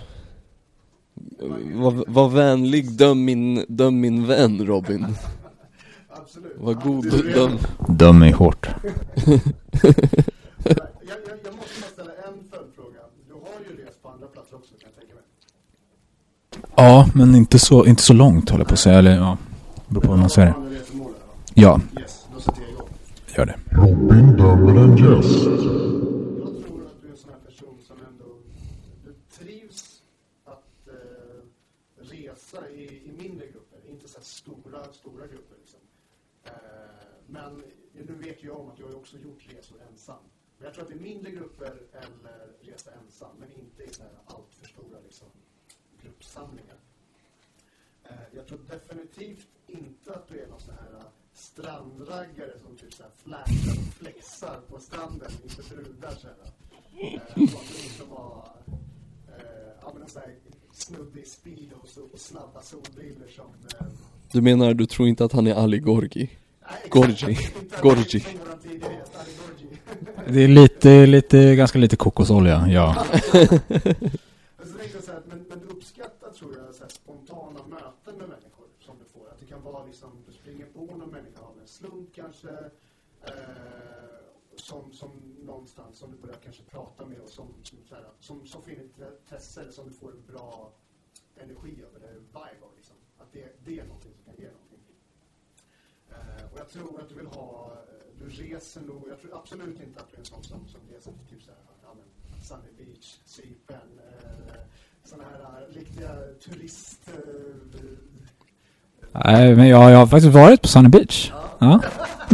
Speaker 2: Var, var vänlig, döm min, döm min vän Robin.
Speaker 1: Absolut.
Speaker 2: Var god,
Speaker 1: Du är redo?
Speaker 2: döm.
Speaker 3: Döm mig hårt.
Speaker 1: jag, jag, jag måste bara ställa en följdfråga. Du har ju rest på andra platser också, kan jag tänka mig.
Speaker 3: Ja, men inte så, inte så långt håller jag på att säga. Eller, ja, det beror på hur man ser det.
Speaker 1: Andra resemål, eller?
Speaker 3: Ja,
Speaker 1: Yes, då sätter jag igång.
Speaker 3: gör det.
Speaker 4: Robin dömer en gäst.
Speaker 1: Jag tror att du är en sån här person som ändå du trivs att eh, resa i, i mindre grupper, inte så här stora, stora grupper liksom. Eh, men nu vet jag om att jag har också gjort resor ensam. Men jag tror att det är mindre grupper eller resa ensam, men inte i så här allt för stora liksom, gruppsamlingar. Eh, jag tror definitivt inte att du är någon sån här strandraggare som typ så här flashar och flexar på stranden inför brudar så här. Eh, som liksom var eh, ja, men en sån här snubbe i speedos och snabba solbriller som eh,
Speaker 2: Du menar, du tror inte att han är Ali Gorgi?
Speaker 1: nej,
Speaker 2: Gorgi.
Speaker 1: inte
Speaker 2: Gorgi.
Speaker 1: som våran tidigare gäst, Ali Gorgi.
Speaker 3: Det är lite, lite, ganska lite kokosolja, ja.
Speaker 1: Men så tänkte jag så här, men, men du uppskattar tror jag så här, spontana möten med människor som du får. Att det kan vara liksom, du springer på någon människa av en slump kanske. Eh, som, som någonstans som du börjar kanske prata med och som, som, så här, som, som finner intresse eller som du får en bra energi över det, vibe av liksom. Att det, det är någonting som kan ge någonting. Eh, och jag tror att du vill ha, du reser nog, jag tror absolut inte att du är en sån som, som reser till typ så här, ja men, Sunny Beach, Cypern, eh, sådana här uh, riktiga turist... Uh,
Speaker 3: Nej, men jag, jag har faktiskt varit på Sunny Beach. Ja.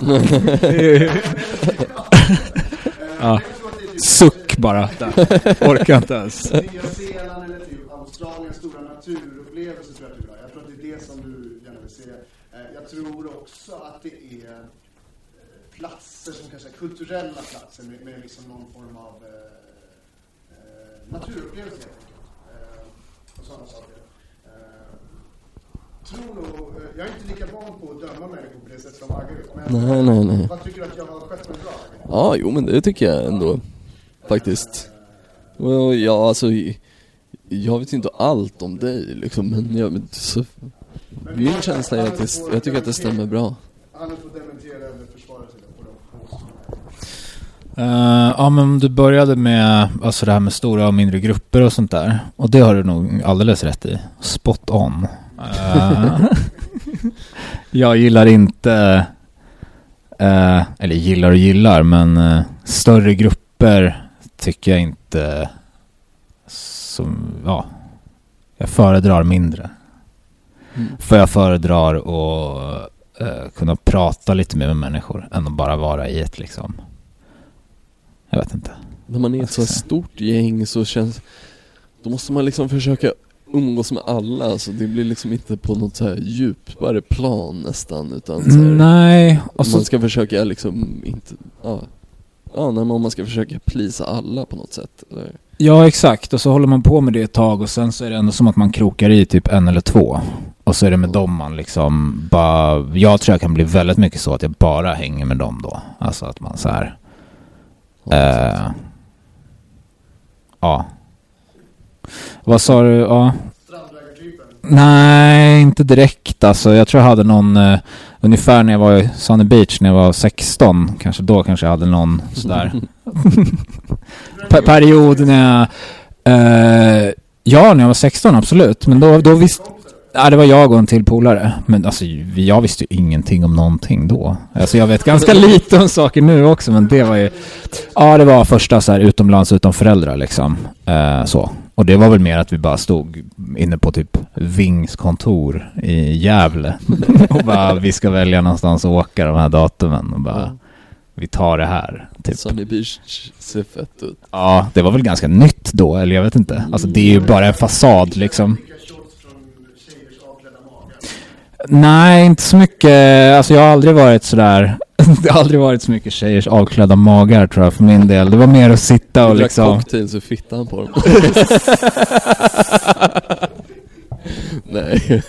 Speaker 3: Ja. Suck bara. Där. Orkar inte ens.
Speaker 1: Nya Zeeland eller typ Australien, stora naturupplevelser tror jag att du vill ha. Jag tror att det är det som du gärna vill se. Eh, jag tror också att det är eh, platser som kanske är kulturella platser med, med liksom någon form av eh, eh, naturupplevelser helt enkelt. Eh, och sådana saker. Eh, tror nog, eh, jag är inte lika van på att döma människor på det sätt som Agge gjort, men
Speaker 2: Nej, nej, nej.
Speaker 1: vad tycker du att jag har skött mig bra?
Speaker 2: Ja, jo men det tycker jag ändå. Faktiskt. Och ja, alltså jag vet inte allt om dig liksom, men jag, så, min känsla är att det, jag tycker att det stämmer bra.
Speaker 1: Anders får dementera eller försvara sig på dem.
Speaker 3: Uh, ja, men du började med alltså det här med stora och mindre grupper och sånt där. Och det har du nog alldeles rätt i. Spot on. Uh, jag gillar inte uh, eller gillar och gillar men uh, större grupper tycker jag inte som, ja, jag föredrar mindre. Mm. För jag föredrar att uh, kunna prata lite mer med människor än att bara vara i ett liksom, jag vet inte.
Speaker 2: När man är ett så stort gäng så känns, då måste man liksom försöka umgås med alla, så alltså det blir liksom inte på något så här djupare plan nästan, utan så här,
Speaker 3: nej, och så
Speaker 2: man ska försöka liksom inte, ja, ja när man ska försöka plisa alla på något sätt. Eller?
Speaker 3: Ja, exakt, och så håller man på med det ett tag och sen så är det ändå som att man krokar i typ en eller två. Och så är det med dem man liksom bara, jag tror jag kan bli väldigt mycket så att jag bara hänger med dem då. Alltså att man så här Uh, ja. Vad sa du? Ja. Nej, inte direkt alltså. Jag tror jag hade någon uh, ungefär när jag var i Sunny Beach när jag var sexton, kanske då kanske jag hade någon sådär per- period när jag uh, ja, när jag var sexton absolut, men då, då visste ja, det var jag och en till polare. Men alltså, jag visste ju ingenting om någonting då. Alltså jag vet ganska lite om saker nu också. Men det var ju, ja, det var första så här utomlands utan föräldrar liksom. Eh, så. Och det var väl mer att vi bara stod inne på typ Vings kontor i Gävle. Och bara, vi ska välja någonstans att åka de här datumen. Och bara, ja, vi tar det här. Typ.
Speaker 2: Sunny Beach ser fett ut.
Speaker 3: Ja, det var väl ganska nytt då. Eller jag vet inte. Alltså det är ju bara en fasad liksom. Nej, inte så mycket. Alltså jag har aldrig varit sådär. Det har aldrig varit så mycket tjejers avklädda magar tror jag för min del. Det var mer att sitta och liksom
Speaker 2: cocktail så fittar han på dem. Nej.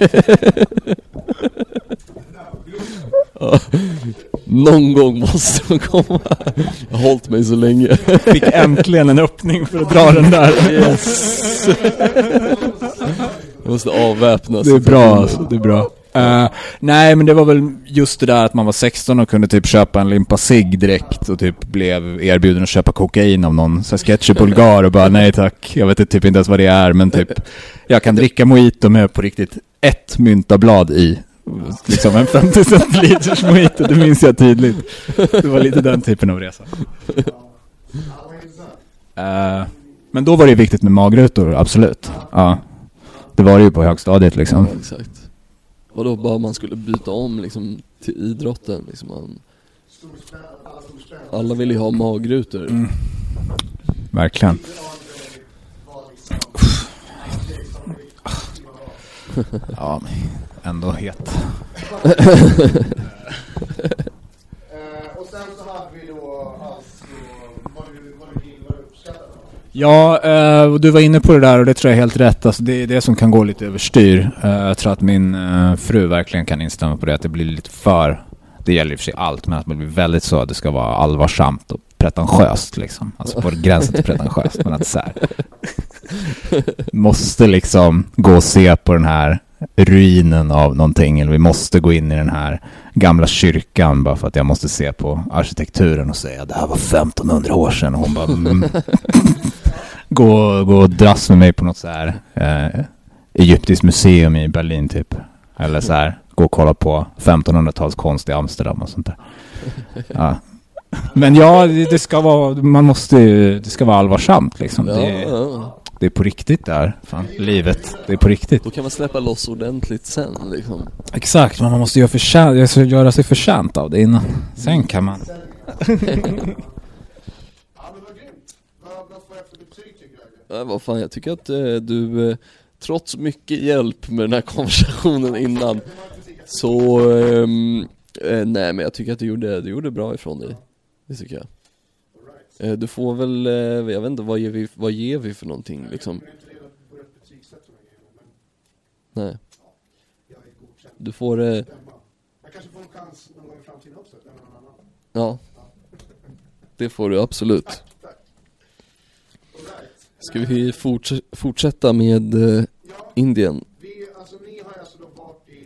Speaker 2: Ja. Någon gång måste de komma. Jag har hållit mig så länge.
Speaker 3: Fick äntligen en öppning för att dra den där.
Speaker 2: Yes. Jag måste avväpnas.
Speaker 3: Det är bra alltså, det är bra. Uh, nej, men det var väl just det där att man var sexton och kunde typ köpa en limpa cigg direkt och typ blev erbjuden att köpa kokain av någon så sketchy bulgar och bara nej tack, jag vet typ inte ens vad det är, men typ jag kan dricka mojito med på riktigt ett myntablad i, liksom en femtio centiliters mojito, det minns jag tydligt. Det var lite den typen av resa. Uh, men då var det viktigt med magrutor, absolut. Ja. Uh, det var det ju på högstadiet liksom.
Speaker 2: Ja, exakt. Och då bara man skulle byta om liksom till idrotten liksom man, alla vill ju ha magrutor.
Speaker 3: Mm. Verkligen. Ja, ändå het.
Speaker 1: Och sen så hade vi då alltså vad du vad du vad du uppskattar.
Speaker 3: Ja, eh, du var inne på det där och det tror jag är helt rätt. Alltså det är det som kan gå lite överstyr. Eh, jag tror att min eh, fru verkligen kan instämma på det. Att det blir lite för, det gäller i och för sig allt, men att det blir väldigt så att det ska vara allvarsamt och pretentiöst liksom. Alltså på gränsen till pretentiöst. Men att så här, måste liksom gå och se på den här ruinen av någonting, eller vi måste gå in i den här gamla kyrkan bara för att jag måste se på arkitekturen och säga det här var femtonhundra år sedan, och hon bara mm. gå, gå och dras med mig på något så här eh, egyptiskt museum i Berlin typ, eller så här gå och kolla på femtonhundratals konst i Amsterdam och sånt där. Ja. Men ja, det, det ska vara, man måste ju, det ska vara allvarsamt liksom.
Speaker 2: Ja,
Speaker 3: det,
Speaker 2: ja.
Speaker 3: Det är på riktigt där. Fan, livet, det är på riktigt.
Speaker 2: Då kan man släppa loss ordentligt sen liksom.
Speaker 3: Exakt, men man måste göra, förtjän- göra sig förtjänt av det innan. Sen kan man.
Speaker 1: Ja, men vad grymt. Vad, vad får jag för betyg tycker jag?
Speaker 2: Ja, vad fan, jag tycker att eh, du eh, trots mycket hjälp med den här konversationen innan så ehm, eh, nej, men jag tycker att du gjorde, du gjorde bra ifrån dig. Det tycker jag. Eh, du får väl, eh, jag vet inte, vad ger vi, vad ger vi för någonting liksom? Nej. Du får... Eh,
Speaker 1: Jag kanske får en chans någon gång i framtiden också.
Speaker 2: ja. Det får du absolut. Ska vi forts- fortsätta med eh, Indien?
Speaker 1: Vi, alltså, ni har alltså då varit i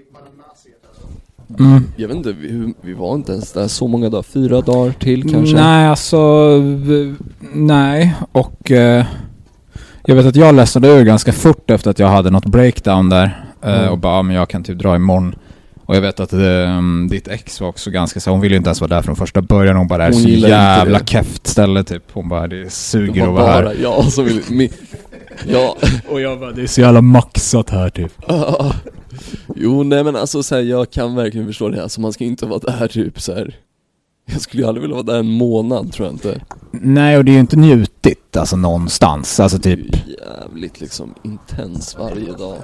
Speaker 3: Mm.
Speaker 2: Jag vet inte, vi, vi var inte ens där så många dagar. Fyra dagar till kanske?
Speaker 3: Nej, alltså... v- Nej, och... Eh, jag vet att jag ledsnade ur ganska fort efter att jag hade något breakdown där. Eh,
Speaker 2: Mm.
Speaker 3: Och bara, ja, men jag kan typ dra imorgon. Och jag vet att eh, ditt ex var också ganska så... Hon ville ju inte ens vara där från första början. Hon bara, det är
Speaker 2: Hon
Speaker 3: så
Speaker 2: gillar inte
Speaker 3: jävla
Speaker 2: det.
Speaker 3: keft ställe typ. Hon bara, det suger
Speaker 2: Det
Speaker 3: att
Speaker 2: var
Speaker 3: vara här.
Speaker 2: bara jag som ville... Mi, ja.
Speaker 3: Och jag bara, det är så jävla maxat här typ.
Speaker 2: Jo, nej men alltså så här, jag kan verkligen förstå det. Alltså man ska inte vara där typ så här. Jag skulle ju aldrig vilja vara där en månad, tror jag inte.
Speaker 3: Nej, och det är ju inte njutigt alltså någonstans. Alltså typ...
Speaker 2: Det är ju jävligt liksom intens varje dag.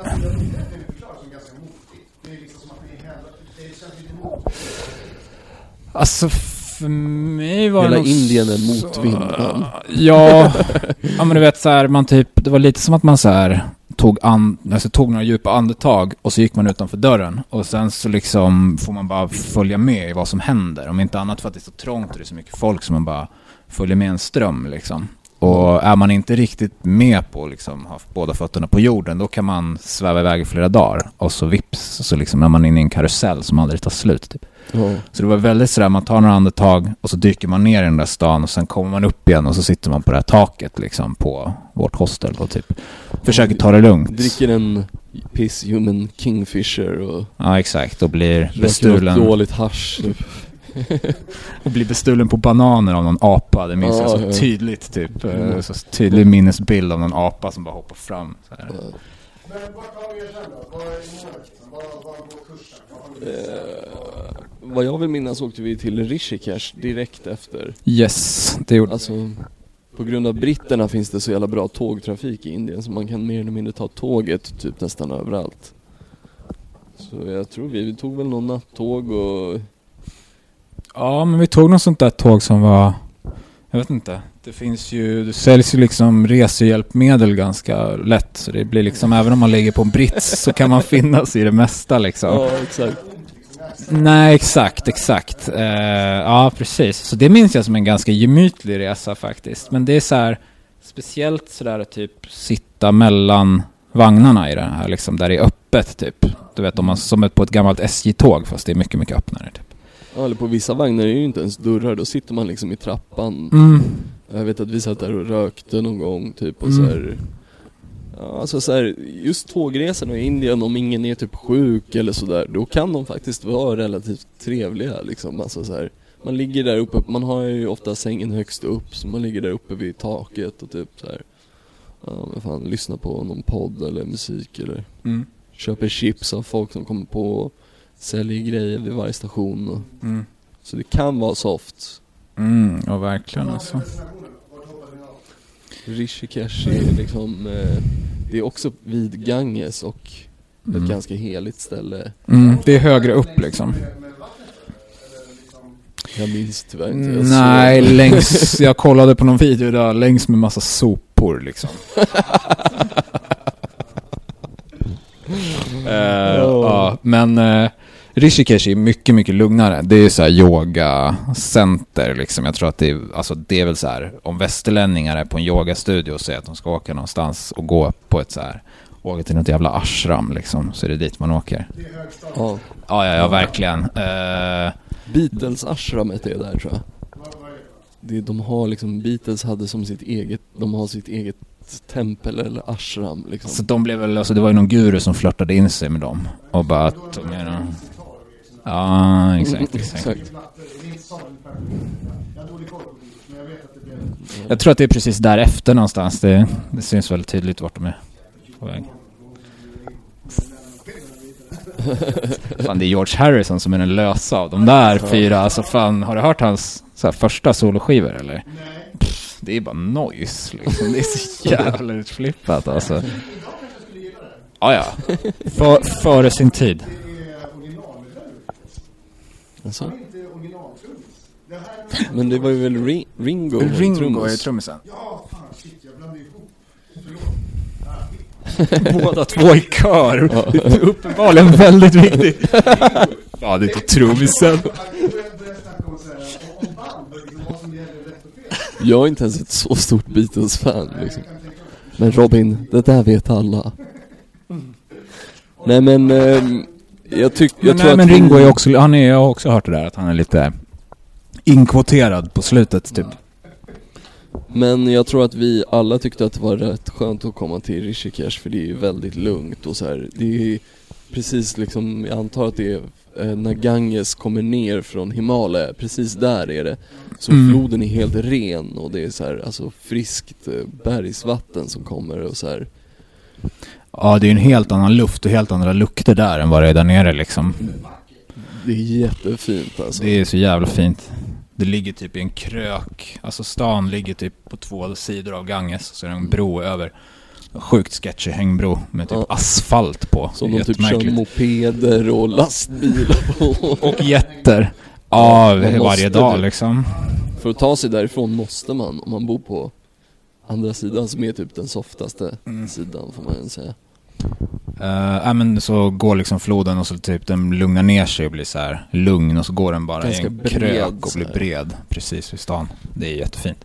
Speaker 3: Alltså för mig var
Speaker 2: Hela
Speaker 3: det nog
Speaker 2: Indien är
Speaker 3: så-
Speaker 2: motvind. man.
Speaker 3: Ja, ja men du vet så här, man typ, det var lite som att man så här tog, an, alltså, tog några djupa andetag och så gick man utanför dörren och sen så liksom får man bara följa med i vad som händer. Om inte annat för att det är så trångt och det är så mycket folk som man bara följer med en ström liksom. Och är man inte riktigt med på liksom ha båda fötterna på jorden, då kan man sväva iväg i flera dagar och så vips så liksom är man inne i en karusell som aldrig tar slut typ.
Speaker 2: Ja.
Speaker 3: Så det var väldigt sådär, man tar några andetag och så dyker man ner i den där stan och sen kommer man upp igen och så sitter man på det här taket liksom på vårt hostel och typ försöker ta det lugnt.
Speaker 2: Dricker en piss human kingfisher och
Speaker 3: Ja, exakt, och blir
Speaker 2: röker något
Speaker 3: bestulen
Speaker 2: dåligt hasch typ.
Speaker 3: och blir bestulen på bananer av någon apa. Det minns
Speaker 2: Ja,
Speaker 3: jag så
Speaker 2: ja.
Speaker 3: tydligt typ.
Speaker 2: Mm.
Speaker 3: Eh, Så tydlig minnesbild av någon apa som bara hoppar fram så här.
Speaker 1: Men vart har ni er sen då? Vad är målet? Vad, vad går kursen? Vad har ni
Speaker 2: Eh, vad jag vill minnas åkte vi till Rishikesh direkt efter.
Speaker 3: Yes, det gjorde
Speaker 2: Alltså, på grund av britterna finns det så jävla bra tågtrafik i Indien så man kan mer eller mindre ta tåget typ nästan överallt. Så jag tror vi, vi tog väl någon nattåg och...
Speaker 3: Ja, men vi tog något sånt där tåg som var, jag vet inte, det finns ju, det säljs ju liksom resehjälpmedel ganska lätt, så det blir liksom, även om man ligger på en brits så kan man finnas i det mesta liksom.
Speaker 2: Ja, exakt.
Speaker 3: Nej, exakt, exakt. Uh, ja, precis. Så det minns jag som en ganska gemytlig resa faktiskt. Men det är så här, speciellt sådär att typ sitta mellan vagnarna i det här liksom, där det är öppet typ. Du vet, om man som ett på ett gammalt S J-tåg fast det är mycket, mycket öppnare typ.
Speaker 2: Ja, eller på vissa vagnar är det ju inte ens dörrar, då sitter man liksom i trappan.
Speaker 3: Mm.
Speaker 2: Jag vet att vi satt där och rökte någon gång typ och
Speaker 3: Mm.
Speaker 2: så här. Ja, alltså så här, just tågresorna i Indien, om ingen är typ sjuk eller sådär, då kan de faktiskt vara relativt trevliga liksom. Alltså så här, man ligger där uppe, man har ju ofta sängen högst upp, så man ligger där uppe vid taket och typ så här. Ja, men fan, lyssna på någon podd eller musik eller
Speaker 3: Mm.
Speaker 2: köper chips av folk som kommer på och säljer grejer vid varje station och,
Speaker 3: Mm.
Speaker 2: så det kan vara soft.
Speaker 3: Mm, ja verkligen alltså.
Speaker 1: Vart hoppade ni av?
Speaker 2: Rishikesh är liksom eh, det är också vid Ganges och
Speaker 3: Mm.
Speaker 2: ett ganska heligt ställe.
Speaker 3: Mm, det är högre upp liksom.
Speaker 1: Med, med vattnet eller liksom...
Speaker 2: Jag minns tyvärr inte. Jag
Speaker 3: Nej,
Speaker 2: såg-
Speaker 3: längs, jag kollade på någon video där längs med massa sopor liksom. uh, ja, men uh, Rishikesh är mycket, mycket lugnare. Det är så här yoga-center liksom. Jag tror att det är, alltså det är väl så här, om västerlänningar är på en yogastudio och säger att de ska åka någonstans och gå på ett så här, åka till något jävla ashram liksom, så är det dit man åker.
Speaker 1: Det är högstadiet.
Speaker 2: Ja,
Speaker 3: Ja, ja, ja, verkligen. Uh,
Speaker 2: Beatles ashramet är där tror jag.
Speaker 1: Vad, vad är det?
Speaker 2: Det, de har liksom, Beatles hade som sitt eget, de har sitt eget tempel eller ashram liksom.
Speaker 3: Så de blev väl, alltså det var ju någon guru som flörtade in sig med dem och bara att de är någon... Ja, exakt, exakt.
Speaker 1: Det är inte så ungefär. Jag har dålig koll på det, men jag vet att det blev...
Speaker 3: Jag tror att det är precis därefter någonstans. Det, det syns väldigt tydligt vart de är på väg. Fan, det är George Harrison som är den lösa av de där fyra. Alltså fan, har du hört hans så här, första soloskivor eller?
Speaker 1: Nej.
Speaker 3: Pff, det är bara noise liksom. Det är så jävla utflippat alltså.
Speaker 1: Idag kanske jag skulle gilla det.
Speaker 3: Ja, ja. För, före sin tid.
Speaker 1: Det är originalmedlem.
Speaker 2: Alltså,
Speaker 1: Han är inte originaltrummis. Det här är...
Speaker 2: men det var ju väl Ri- Ringo
Speaker 3: Ringo
Speaker 2: trummis.
Speaker 3: är trummisen.
Speaker 1: Ja, fan shit, jag blandade ihop. Förlåt.
Speaker 3: Båda två i kör. Uppenbarligen väldigt viktigt. Ja, det är inte trummisen.
Speaker 1: Jag började snacka om, så här, om band, liksom, vad som gäller rätt och fel.
Speaker 2: Jag är inte ens ett så stort Beatles-fan liksom.
Speaker 1: Jag kan tänka mig.
Speaker 2: Men Robin, det där vet alla. Nej men, eh, jag tycker...
Speaker 3: Men,
Speaker 2: Jag tror
Speaker 3: nej,
Speaker 2: att
Speaker 3: men
Speaker 2: vi-
Speaker 3: Ringo är också, han är, jag har också hört det där, att han är lite inkvoterad på slutet typ.
Speaker 2: Men jag tror att vi alla tyckte att det var rätt skönt att komma till Rishikesh, för det är ju väldigt lugnt och så här. Det är precis liksom, jag antar att det är eh, när Ganges kommer ner från Himalaya, precis där är det. Så
Speaker 3: Mm.
Speaker 2: floden är helt ren och det är så här, alltså friskt eh, bergsvatten som kommer och så här.
Speaker 3: Ja, det är en helt annan luft och helt andra lukter där än vad det är där nere liksom.
Speaker 2: Det är jättefint alltså.
Speaker 3: Det är så jävla fint. Det ligger typ i en krök. Alltså stan ligger typ på två sidor av Ganges. Så är det en bro över. Sjukt sketchy hängbro med typ
Speaker 2: Ja.
Speaker 3: asfalt på.
Speaker 2: Som
Speaker 3: Det är
Speaker 2: de typ kör
Speaker 3: jättemärkligt.
Speaker 2: mopeder och lastbilar på.
Speaker 3: Och jätter. Ja,
Speaker 2: man måste
Speaker 3: varje dag
Speaker 2: det.
Speaker 3: liksom.
Speaker 2: För att ta sig därifrån måste man, om man bor på andra sidan som är typ den softaste
Speaker 3: Mm.
Speaker 2: sidan får man säga.
Speaker 3: Uh, ja, men så går liksom floden och så typ den lugnar ner sig och blir så här lugn. Och så går den bara
Speaker 2: Ganska
Speaker 3: i en
Speaker 2: bred,
Speaker 3: krök och
Speaker 2: så
Speaker 3: blir
Speaker 2: här.
Speaker 3: bred precis vid stan. Det är jättefint.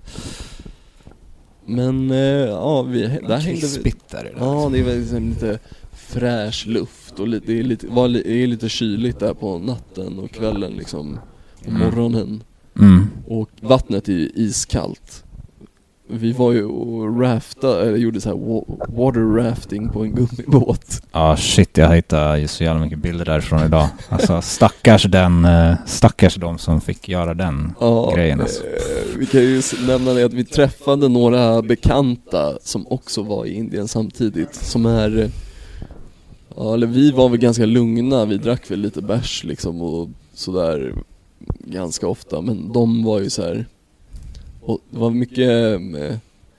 Speaker 2: Men eh, ja, vi, där hängde vi.
Speaker 3: Krispigt där är det.
Speaker 2: Ja, det är väl liksom lite fräsch luft och lite, det är lite, var, li- är lite kyligt där på natten och kvällen liksom. Och
Speaker 3: Mm.
Speaker 2: morgonen.
Speaker 3: Mm.
Speaker 2: Och vattnet är ju iskallt. Vi var ju och rafta, eller gjorde så här wa- water rafting på en gummibåt.
Speaker 3: Ja, shit, jag hittade ju så jävla mycket bilder därifrån idag. Alltså stackars den, eh, stackars de som fick göra den
Speaker 2: Ja,
Speaker 3: grejen alltså.
Speaker 2: eh, vi kan ju s- nämna det att vi träffade några bekanta som också var i Indien samtidigt. Som är, eh, ja, eller vi var väl ganska lugna, vi drack väl lite bärs liksom och sådär ganska ofta. Men de var ju så här. Och det var mycket, eh,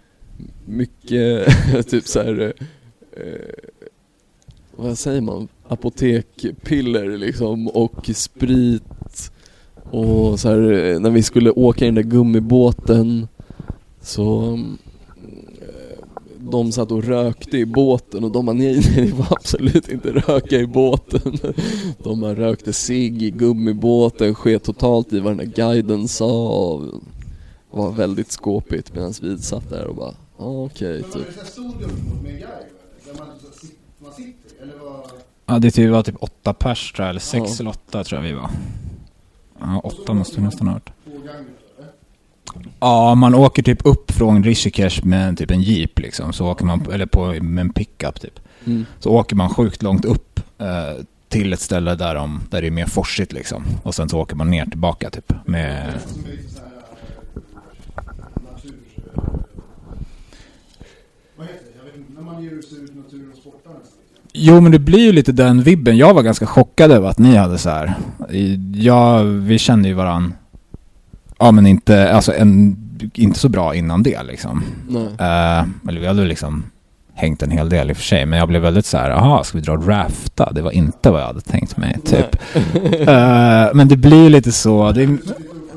Speaker 2: mycket typ så här, eh, vad säger man, apotekpiller liksom och sprit och så här, eh, när vi skulle åka i den där gummibåten så eh, de satt och rökte i båten och de bara nej, nej, det var absolut inte röka i båten. De bara rökte cigg i gummibåten, sket totalt i vad den där guiden sa och var väldigt skåpigt medan vi satt där och bara, ja ah, okej
Speaker 1: Men var
Speaker 2: typ.
Speaker 1: det så här stor gummibåt med guide? Där man, så, sit, man sitter? Eller vad?
Speaker 3: Ja, det typ var typ åtta pers tror jag, eller sex
Speaker 2: Ja.
Speaker 3: eller åtta tror jag vi var. Ja, åtta måste vi nästan ha hört.
Speaker 1: Två gånger, eller?
Speaker 3: Ja, man åker typ upp från Rishikesh med typ en jeep liksom. Så åker man, eller på med en pickup typ.
Speaker 2: Mm.
Speaker 3: Så åker man sjukt långt upp eh, till ett ställe där, de, där det är mer forsigt liksom. Och sen så åker man ner tillbaka typ med...
Speaker 1: Som är lite så här eh, natur... eh, Vad heter det? Jag vet inte. När man ger sig ut naturen och sportar nästan.
Speaker 3: Jo, men det blir ju lite den vibben. Jag var ganska chockad över att ni hade så här. Ja, vi kände ju varann. Ja, men inte, alltså en, inte så bra innan det liksom.
Speaker 2: Nej.
Speaker 3: Uh, eller vi hade liksom hängt en hel del i och för sig. Men jag blev väldigt så här, aha, ska vi dra och rafta? Det var inte vad jag hade tänkt mig, typ. uh, men det blir lite så. Det är...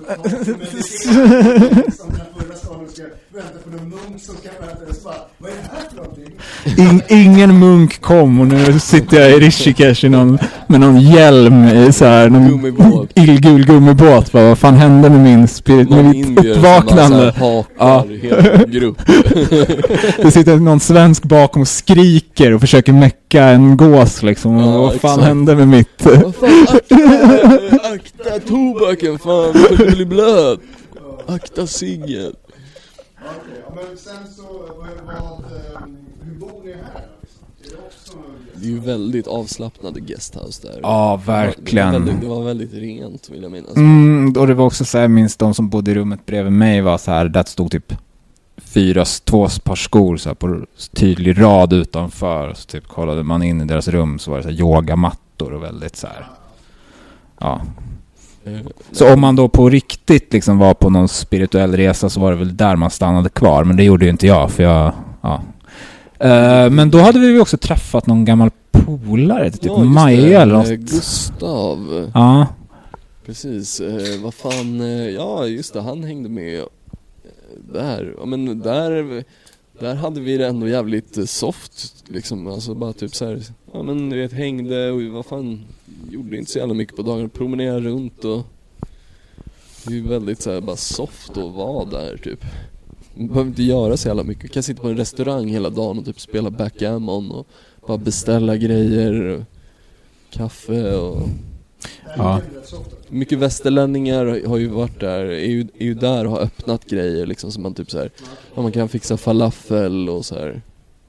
Speaker 1: Som den förra staden ska vänta på någon munk som ska vänta och så bara, vad är det här för någonting?
Speaker 3: In, ingen munk kom och nu sitter jag i Rishikesh i någon, med någon hjälm i så här, någon
Speaker 2: Gummibåt.
Speaker 3: illgul gummibåt. Vad, vad fan hände med min spirit, med
Speaker 2: Någon
Speaker 3: mitt
Speaker 2: indier
Speaker 3: uppvaknande?
Speaker 2: som bara så
Speaker 3: Ja.
Speaker 2: här hakar hela grupp.
Speaker 3: Det sitter någon svensk bakom och skriker och försöker mecka en gås liksom.
Speaker 2: Ja,
Speaker 3: Vad fan
Speaker 2: exakt.
Speaker 3: hände med mitt...
Speaker 2: Vad fan, akta, akta tobaken fan, för du blir blöd. Akta ciggen.
Speaker 1: Okej, ja, men sen så, vad, vad, eh, hur bor ni här liksom? Är det också...
Speaker 2: Det är ju väldigt avslappnade guesthouse där.
Speaker 3: Ja, verkligen.
Speaker 2: Det var väldigt, det var väldigt rent, vill jag minnas.
Speaker 3: Mm, och det var också så här, minst de som bodde i rummet bredvid mig var så här, där stod typ fyra, två par skor så här, på tydlig rad utanför. Så typ kollade man in i deras rum så var det så här, yogamattor och väldigt så här. Ja.
Speaker 2: Eh,
Speaker 3: Så om man då på riktigt liksom var på någon spirituell resa så var det väl där man stannade kvar. Men det gjorde ju inte jag, för jag, ja. Uh, men då hade vi ju också träffat någon gammal polare, typ
Speaker 2: ja, just
Speaker 3: Maja
Speaker 2: det,
Speaker 3: eller
Speaker 2: eh,
Speaker 3: något.
Speaker 2: Gustav.
Speaker 3: Ja.
Speaker 2: Precis, eh, vad fan, eh, ja just det, han hängde med eh, där, ja men där, där hade vi det ändå jävligt eh, soft liksom, alltså bara typ så här, ja men du vet, hängde och vad fan, gjorde inte så jävla mycket på dagen, promenerade runt och det är ju väldigt så här, bara soft att vara där typ. Man behöver inte göra så jävla mycket, man kan sitta på en restaurang hela dagen och typ spela backgammon och bara beställa grejer. kaffe och...
Speaker 3: Ja.
Speaker 2: Mycket västerlänningar har ju varit där, är ju, är ju där och har öppnat grejer liksom, som man typ så här, ja, man kan fixa falafel och så här.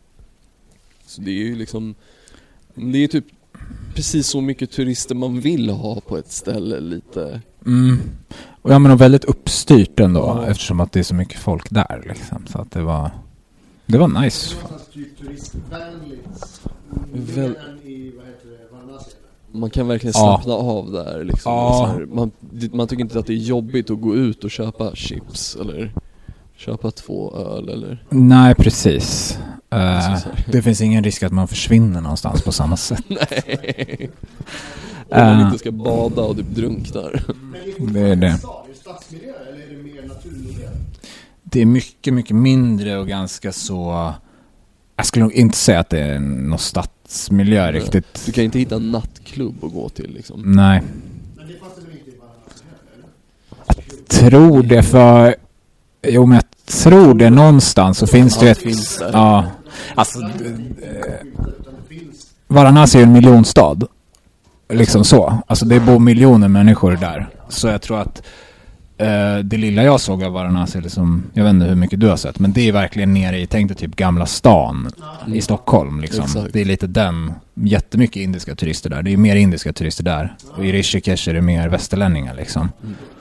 Speaker 2: Så det är ju liksom, det är typ precis så mycket turister man vill ha på ett ställe lite.
Speaker 3: Mm. Och ja, men och väldigt uppstyrt ändå,
Speaker 2: Ja.
Speaker 3: eftersom att det är så mycket folk där liksom. Så att det var, det var nice.
Speaker 1: Det var typ turistvänligt.
Speaker 2: Väl-
Speaker 1: Mer än i, vad heter det, Varanasi.
Speaker 2: Man kan verkligen
Speaker 3: Ja.
Speaker 2: slappna av där liksom.
Speaker 3: Ja.
Speaker 2: Så här, man, man tycker inte att det är jobbigt att gå ut och köpa chips eller köpa två öl eller...
Speaker 3: Nej, precis. Uh,
Speaker 2: Så så här.
Speaker 3: det finns ingen risk att man försvinner någonstans på samma sätt.
Speaker 2: Nej. Om man
Speaker 3: Eh.
Speaker 2: inte ska bada och typ drunknar.
Speaker 1: Men
Speaker 3: Det är det.
Speaker 1: stad, är det stadsmiljö eller är det mer naturmiljö?
Speaker 3: Det är mycket, mycket mindre och ganska så... Jag skulle nog inte säga att det är någon stadsmiljö
Speaker 2: Nej.
Speaker 3: riktigt.
Speaker 2: Du kan inte hitta en nattklubb att gå till liksom.
Speaker 3: Nej.
Speaker 1: Men det fanns det väl inte i Varanasi heller, eller?
Speaker 3: Tror det för... Jo, men jag tror det någonstans så finns det
Speaker 2: Ja,
Speaker 3: ju ett...
Speaker 2: finns där.
Speaker 3: Ja. Alltså,
Speaker 1: Utan det finns...
Speaker 3: Varanasi är en miljonstad. Liksom så. Alltså det bor miljoner människor där. Så jag tror att eh, det lilla jag såg av Varanasi, liksom, jag vet inte hur mycket du har sett, men det är verkligen nere i, tänk dig typ Gamla stan i Stockholm. Liksom.
Speaker 2: Exakt.
Speaker 3: Det är lite den, jättemycket indiska turister där. Det är mer indiska turister där. Och i Rishikesh är det mer västerlänningar liksom.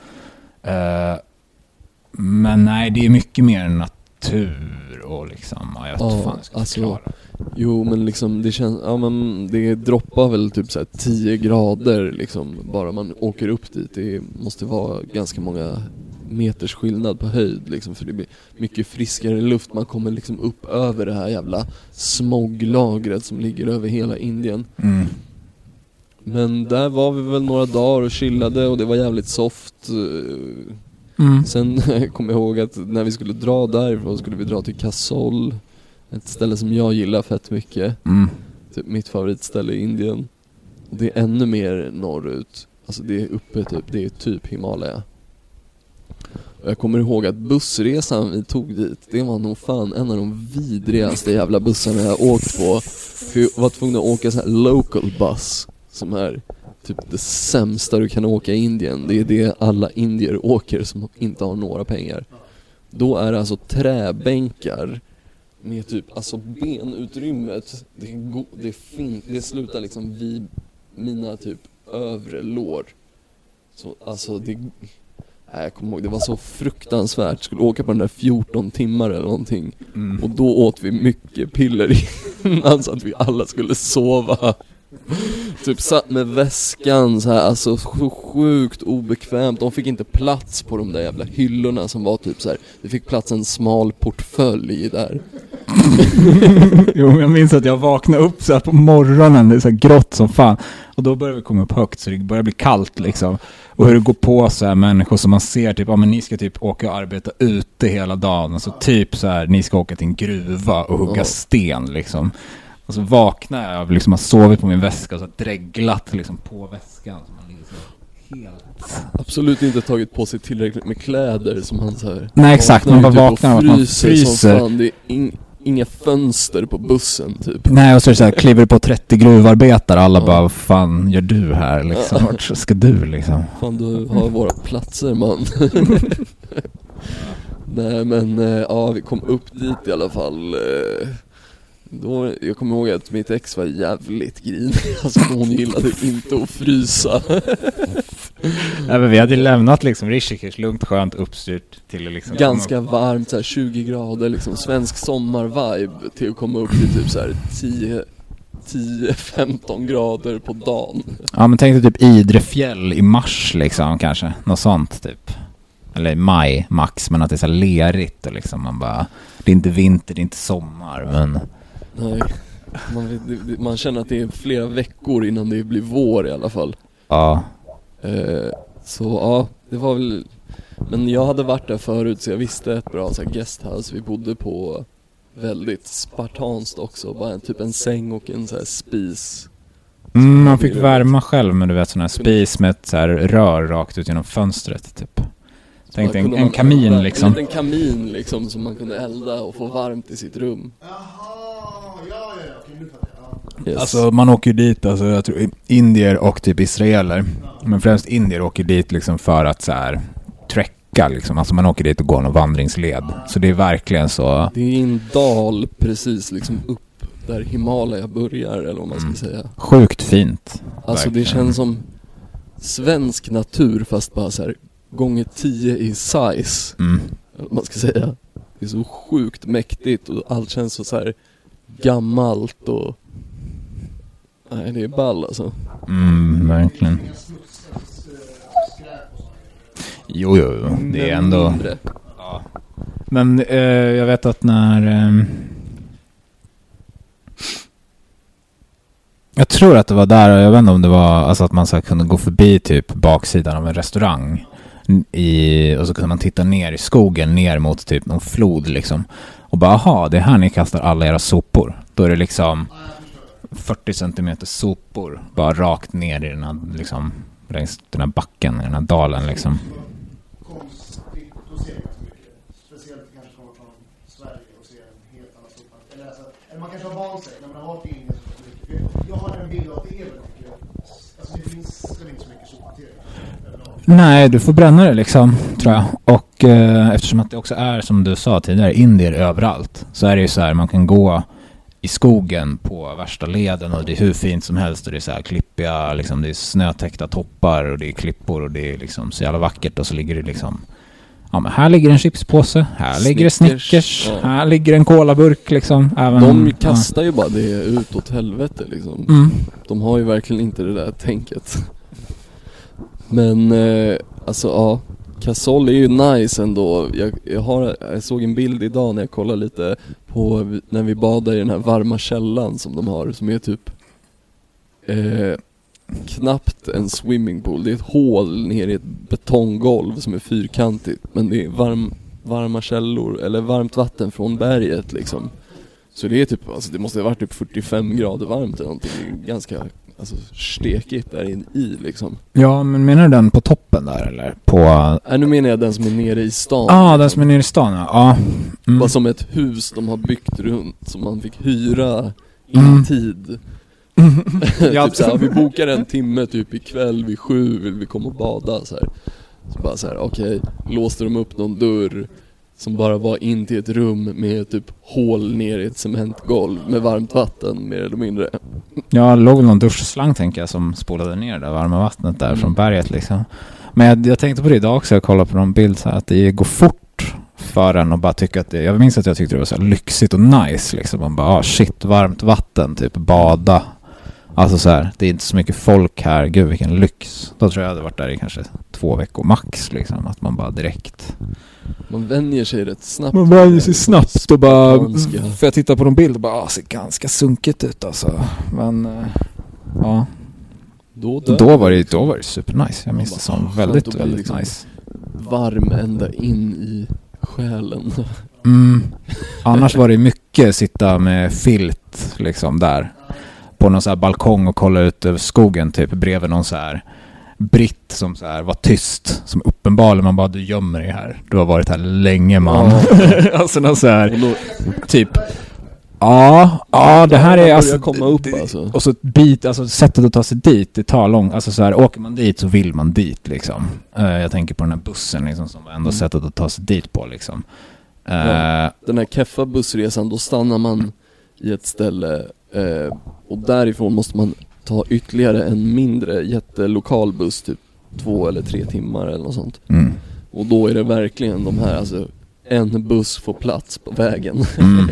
Speaker 3: Eh, men nej, det är mycket mer natur och liksom, ja, jag vet inte
Speaker 2: Ja,
Speaker 3: fan jag ska
Speaker 2: alltså,
Speaker 3: förklara.
Speaker 2: Jo men liksom det känns, ja men det droppar väl typ så här tio grader liksom, bara man åker upp dit. Det måste vara ganska många meters skillnad på höjd liksom, för det blir mycket friskare luft. Man kommer liksom upp över det här jävla smoglagret som ligger över hela Indien.
Speaker 3: Mm.
Speaker 2: Men där var vi väl några dagar och chillade och det var jävligt soft.
Speaker 3: Mm.
Speaker 2: Sen kom jag ihåg att när vi skulle dra därifrån skulle vi dra till Kasol, ett ställe som jag gillar fett mycket.
Speaker 3: Mm.
Speaker 2: Typ mitt favoritställe i Indien. Och det är ännu mer norrut. Alltså det är uppe typ, det är typ Himalaya. Och jag kommer ihåg att bussresan vi tog dit, det var nog fan en av de vidrigaste jävla bussarna jag har åkt på. För jag var tvungen att åka så här local bus, som är typ det sämsta du kan åka i Indien. Det är det alla indier åker som inte har några pengar. Då är det alltså träbänkar med typ, alltså benutrymmet, det, är go- det, är fint, det slutar liksom vid mina typ övre lår. Så alltså det, nej, jag kommer ihåg, det var så fruktansvärt. Skulle åka på den där fjorton timmar eller någonting.
Speaker 3: Mm.
Speaker 2: Och då åt vi mycket piller innan så att vi alla skulle sova. Typ satt med väskan så här, alltså så sjukt obekvämt. De fick inte plats på de där jävla hyllorna som var typ så här. Det fick plats en smal portfölj där.
Speaker 3: Jo, jag minns att jag vaknade upp så här på morgonen, det är så här grått som fan. Och då började vi komma upp högt så det börjar bli kallt liksom. Och hur det går på så här människor som man ser typ, ja men ni ska typ åka och arbeta ute hela dagen. Alltså typ så här, ni ska åka till en gruva och hugga
Speaker 2: Ja.
Speaker 3: sten liksom. Och så vaknar jag av liksom, har sovit på min väska och så har dreglat liksom på väskan. Så man ligger så helt...
Speaker 2: Absolut inte tagit på sig tillräckligt med kläder som han så här.
Speaker 3: Nej, exakt, man bara
Speaker 2: ju typ
Speaker 3: vaknar av
Speaker 2: och
Speaker 3: att man
Speaker 2: fryser
Speaker 3: fryser.
Speaker 2: som fan. Det är in, inga fönster på bussen typ.
Speaker 3: Nej, och så är det så här, kliver du på trettio gruvarbetare, alla
Speaker 2: Ja.
Speaker 3: bara, vad fan gör du här liksom?
Speaker 2: Ja.
Speaker 3: Vart ska du liksom?
Speaker 2: Fan, du har våra platser man. Nej men, eh, ja vi kom upp dit i alla fall. eh, Då, jag kommer ihåg att mitt ex var jävligt grinig. Alltså hon gillade inte att frysa.
Speaker 3: Ja, men vi hade lämnat liksom Rishikesh lugnt, skönt, uppstyrt till att liksom
Speaker 2: Ganska varmt, så här tjugo grader liksom, svensk sommarvibe, till att komma upp till typ så här tio till femton grader på dagen.
Speaker 3: Ja, men tänk dig typ Idrefjäll i mars liksom, kanske, något sånt typ. Eller i maj max, men att det är så här lerigt och liksom man bara, det är inte vinter, det är inte sommar, men
Speaker 2: Nej, man, vet- det- det- man känner att det är flera veckor innan det blir vår i alla fall.
Speaker 3: ja.
Speaker 2: Eh, så ja, det var väl. Men jag hade varit där förut så jag visste ett bra så här guesthouse. Vi bodde på väldigt spartanskt också. Bara en, typ en säng och en så här spis.
Speaker 3: Mm, man fick värma själv, men du vet sån här spis med ett så här rör rakt ut genom fönstret typ. Tänk dig en,
Speaker 2: kunde
Speaker 3: en
Speaker 2: man
Speaker 3: kamin
Speaker 2: elda,
Speaker 3: liksom.
Speaker 2: En liten kamin liksom som man kunde elda och få varmt i sitt rum.
Speaker 1: Jaha, ja, ja, ja, okej, nu fattar jag. Ja.
Speaker 2: Yes.
Speaker 3: Alltså man åker ju dit, alltså jag tror indier och typ israeler, men främst indier åker dit liksom för att så här trekka liksom, alltså man åker dit och går någon vandringsled. Så det är verkligen så.
Speaker 2: Det är en dal precis liksom upp där Himalaya börjar, eller vad man ska
Speaker 3: Mm.
Speaker 2: säga.
Speaker 3: Sjukt fint.
Speaker 2: Alltså
Speaker 3: Verkligen.
Speaker 2: det känns som svensk natur fast bara så här gånger tio i size,
Speaker 3: Mm.
Speaker 2: eller vad man ska säga. Det är så sjukt mäktigt och allt känns så, så här gammalt och nej, det är ball alltså.
Speaker 3: Mm, verkligen. Jo, jo, jo. Det är ändå...
Speaker 2: Mindre.
Speaker 3: Ja. Men eh, jag vet att när... Eh, jag tror att det var där, jag vet inte om det var alltså att man så här kunde gå förbi typ baksidan av en restaurang i, och så kunde man titta ner i skogen ner mot typ någon flod liksom. Och bara, aha, det är här ni kastar alla era sopor. Då är det liksom fyrtio centimeter sopor bara rakt ner i den här liksom, längs den här backen, i den här dalen liksom.
Speaker 1: Konstigt att se ganska mycket. Speciellt kanske kommer från Sverige och se en helt annan sopa. Eller, alltså, eller man kanske har vant sig när man har varit i Indien så mycket. Jag har en bild av att det är väldigt mycket. Alltså det finns väl inte så mycket sophantering.
Speaker 3: Nej, du får bränna det liksom, tror jag. Och eh, eftersom att det också är, som du sa tidigare, indier överallt, så är det ju så här, man kan gå i skogen på värsta leden och det är hur fint som helst och det är så här klippiga, liksom, det är snötäckta toppar och det är klippor och det är liksom så jävla vackert och så ligger det liksom, ja men här ligger en chipspåse, här ligger det Snickers,
Speaker 2: ja.
Speaker 3: här ligger en colaburk liksom. Även,
Speaker 2: De kastar ju bara det ut åt helvete liksom.
Speaker 3: Mm.
Speaker 2: De har ju verkligen inte det där tänket. Men eh, alltså ja, Kasol är ju nice ändå. Jag, jag, har, jag såg en bild idag när jag kollade lite på när vi badade i den här varma källan som de har, som är typ eh, knappt en swimmingpool. Det är ett hål ner i ett betonggolv som är fyrkantigt, men det är varm, varma källor eller varmt vatten från berget liksom. Så det är typ, alltså det måste ha varit typ fyrtiofem grader varmt eller någonting. Det är ganska alltså stekigt där in i liksom.
Speaker 3: Ja, men menar du den på toppen där eller? På...
Speaker 2: Nej, nu menar jag den som är nere i stan.
Speaker 3: Ja, ah,
Speaker 2: liksom.
Speaker 3: den som är nere i stan, ja. Ah. Mm.
Speaker 2: Bara som ett hus de har byggt runt som man fick hyra i
Speaker 3: Mm.
Speaker 2: tid.
Speaker 3: Ja.
Speaker 2: Typ såhär, vi bokar en timme typ ikväll vid sju, vill vi komma och bada så här. Så bara såhär, okej, okay, låste de upp någon dörr som bara var in till ett rum med typ hål ner i ett cementgolv med varmt vatten mer eller mindre.
Speaker 3: Ja, det låg väl någon duschslang tänker jag som spolade ner det där varma vattnet där
Speaker 2: Mm.
Speaker 3: från berget liksom. Men jag, jag tänkte på det idag också, jag kollade på någon bild så här, att det går fort för en och bara tycka att det, jag minns att jag tyckte det var så här lyxigt och nice liksom. Man bara, ah shit, varmt vatten, typ bada. Alltså så här, det är inte så mycket folk här, gud vilken lyx. Då tror jag jag hade varit där i kanske två veckor max liksom, att man bara direkt...
Speaker 2: Man vänjer sig rätt snabbt.
Speaker 3: Man vänjer sig snabbt och bara...
Speaker 2: Spartanska.
Speaker 3: För jag tittar på de bilder och bara, ah, ser ganska sunkigt ut alltså. Men, eh, ja.
Speaker 2: Då, dör
Speaker 3: Då var det, då var det supernice. Jag minns
Speaker 2: Ja,
Speaker 3: det som
Speaker 2: skönt
Speaker 3: väldigt,
Speaker 2: att bli
Speaker 3: väldigt
Speaker 2: liksom
Speaker 3: nice.
Speaker 2: varm ända in i själen.
Speaker 3: Mm. Annars var det mycket sitta med filt liksom där. På någon så här balkong och kolla ut över skogen typ bredvid någon så här britt som så här var tyst. Som uppenbarligen man bara, du gömmer dig här. Du har varit här länge man.
Speaker 2: Ja.
Speaker 3: Alltså någon så här
Speaker 2: Och då,
Speaker 3: typ... Ja, ja, det här är
Speaker 2: börjar
Speaker 3: alltså,
Speaker 2: komma upp,
Speaker 3: det,
Speaker 2: alltså.
Speaker 3: Och så ett bit, alltså sättet att ta sig dit, det tar långt, alltså så här, åker man dit så vill man dit liksom. Uh, jag tänker på den här bussen liksom, som var ändå
Speaker 2: Mm.
Speaker 3: sättet att ta sig dit på liksom. Uh,
Speaker 2: Ja. Den här keffa bussresan, då stannar man i ett ställe eh, och därifrån måste man ta ytterligare en mindre jättelokal buss, typ två eller tre timmar eller något sånt.
Speaker 3: mm,
Speaker 2: Och då är det verkligen de här, alltså en buss får plats på vägen.
Speaker 3: mm.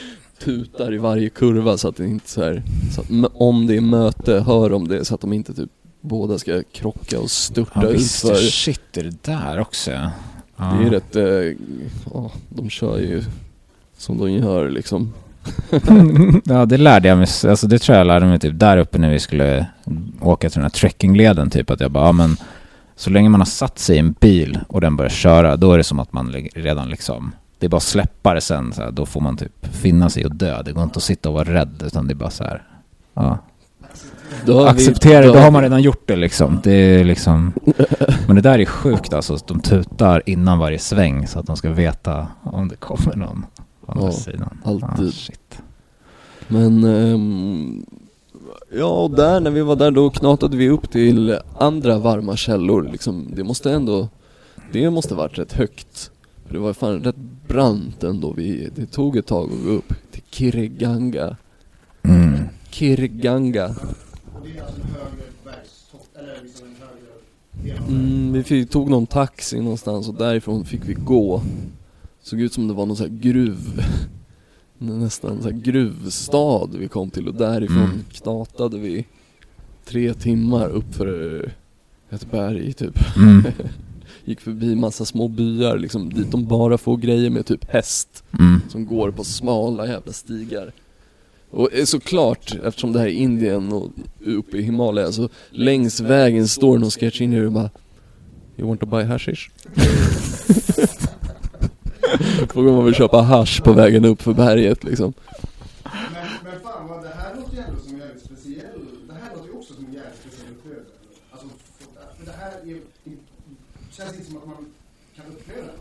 Speaker 2: Tutar i varje kurva så att det inte så här, så att m- om det är möte, hör om det så att de inte typ båda ska krocka och störta
Speaker 3: Ja,
Speaker 2: ut
Speaker 3: visst,
Speaker 2: för.
Speaker 3: shit, är det där också? Ja.
Speaker 2: Det är rätt, eh, ja, de kör ju som de gör liksom.
Speaker 3: Ja, det lärde jag mig, alltså det tror jag lärde mig typ där uppe när vi skulle åka till den här trekkingleden typ, att jag bara, ja men så länge man har satt sig i en bil och den börjar köra, då är det som att man redan liksom, det är bara släppa det sen så här, då får man typ finna sig och dö. Det går inte att sitta och vara rädd, utan det är bara så här, ja.
Speaker 2: Då har vi-
Speaker 3: Acceptera,
Speaker 2: då
Speaker 3: då
Speaker 2: har
Speaker 3: har man
Speaker 2: vi-
Speaker 3: redan gjort det liksom. Det är liksom, men det där är sjukt alltså, de tutar innan varje sväng så att de ska veta om det kommer någon på andra
Speaker 2: Ja,
Speaker 3: sidan.
Speaker 2: alltid.
Speaker 3: Ah, shit.
Speaker 2: Men ehm, Ja, och där när vi var där då knatade vi upp till andra varma källor liksom. Det måste ändå, det måste varit rätt högt. För det var fan rätt brant ändå. Vi, det tog ett tag att gå upp till Kiriganga.
Speaker 3: Mm.
Speaker 2: Kiriganga.
Speaker 1: Och det är alltså en högre bergstopp, eller liksom en högre...
Speaker 2: Mm, vi fick, tog någon taxi någonstans och därifrån fick vi gå. Såg ut som det var någon så här gruv, nästan så här gruvstad vi kom till. Och därifrån
Speaker 3: Mm.
Speaker 2: knatade vi tre timmar upp för ett berg typ.
Speaker 3: Mm.
Speaker 2: Gick förbi massa små byar liksom, dit de bara får grejer med typ häst.
Speaker 3: Mm.
Speaker 2: Som går på smala jävla stigar. Och såklart, eftersom det här är Indien och uppe i Himalaya, så längs vägen står någon sketch in och bara You want to buy hashish? Frågar man vill köpa hash på vägen upp för berget liksom.
Speaker 1: Men, men fan vad, det här låter ju ändå som en jävligt speciell... Det här låter ju också som en jävligt speciell upplevelse. Alltså, för det här är, det känns inte som att man kan uppleva det.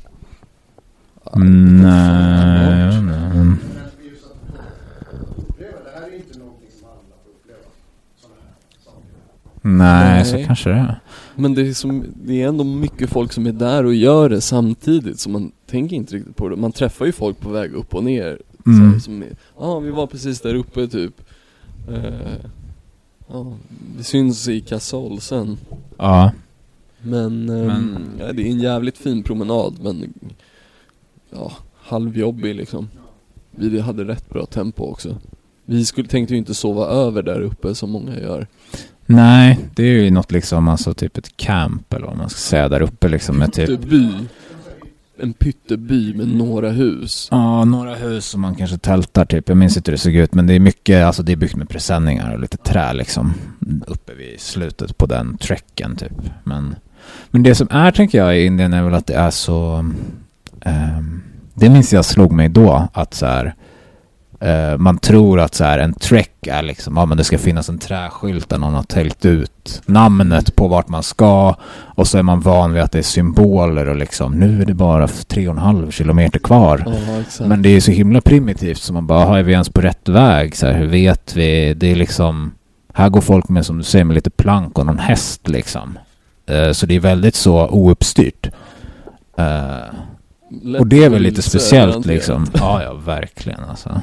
Speaker 3: Mm, nej, nej.
Speaker 1: Men just att uppleva, det här är inte någonting som alla får uppleva. Sådana här saker.
Speaker 3: Nej,
Speaker 2: Nej.
Speaker 3: så kanske det är.
Speaker 2: Men det är, som, det är ändå mycket folk som är där och gör det samtidigt, så man tänker inte riktigt på det. Man träffar ju folk på väg upp och ner.
Speaker 3: Mm.
Speaker 2: Så här, som är, ja, vi var precis där uppe typ. Eh, ja, vi syns i Kasol sen.
Speaker 3: Ja.
Speaker 2: Men, ehm,
Speaker 3: Men-
Speaker 2: ja, det är en jävligt fin promenad, men ja, halvjobbig liksom. Vi hade rätt bra tempo också. Vi skulle, tänkte ju inte sova över där uppe som många gör.
Speaker 3: Nej, det är ju något liksom, alltså typ ett camp eller vad man ska säga där uppe liksom med typ...
Speaker 2: Pytteby. En pytteby med några hus.
Speaker 3: Ja, några hus som man kanske tältar typ. Jag minns inte hur det såg ut, men det är mycket, alltså det är byggt med presenningar och lite trä liksom uppe vid slutet på den trekken typ. Men, men det som är, tänker jag, i Indien är väl att det är så... ehm, det minns jag slog mig då, att så här... Uh, man tror att så här, en trek är liksom, ja men det ska finnas en träskylt där någon har tält ut namnet på vart man ska, och så är man van vid att det är symboler och liksom, nu är det bara tre och en halv kilometer kvar.
Speaker 2: Ja, exakt.
Speaker 3: Men det är så himla primitivt, så man bara, har vi ens på rätt väg? Så här, hur vet vi? Det är liksom, här går folk med, som du säger, med lite plank och någon häst liksom. Uh, så det är väldigt så ouppstyrt. Uh, och det är väl lite speciellt liksom. Ja, ja, verkligen alltså.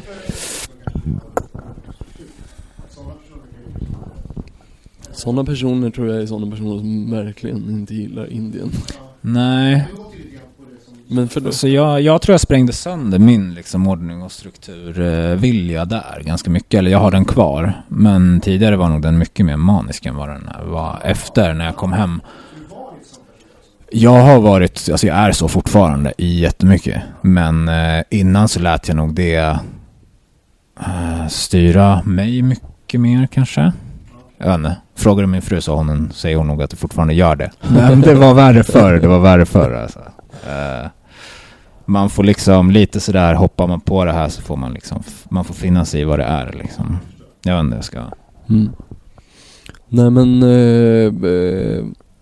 Speaker 2: Sådana personer tror jag är sådana personer som verkligen inte gillar Indien.
Speaker 3: Nej.
Speaker 2: Men för
Speaker 3: Så jag, jag tror jag sprängde sönder min liksom ordning och struktur eh, vilja där ganska mycket. Eller jag har den kvar. Men tidigare var nog den mycket mer manisk än vad den var efter när jag kom hem. Jag har varit, alltså jag är så fortfarande i jättemycket. Men eh, innan så lät jag nog det eh, styra mig mycket mer kanske. Jag vet inte. Frågar du min fru så hon, säger hon nog att det fortfarande gör det. Men det var värre förr, det var värre förr alltså. Uh, man får liksom lite sådär, hoppar man på det här så får man liksom, man får finna sig i vad det är liksom. Jag vet inte, jag ska...
Speaker 2: Mm. Nej men eh, eh,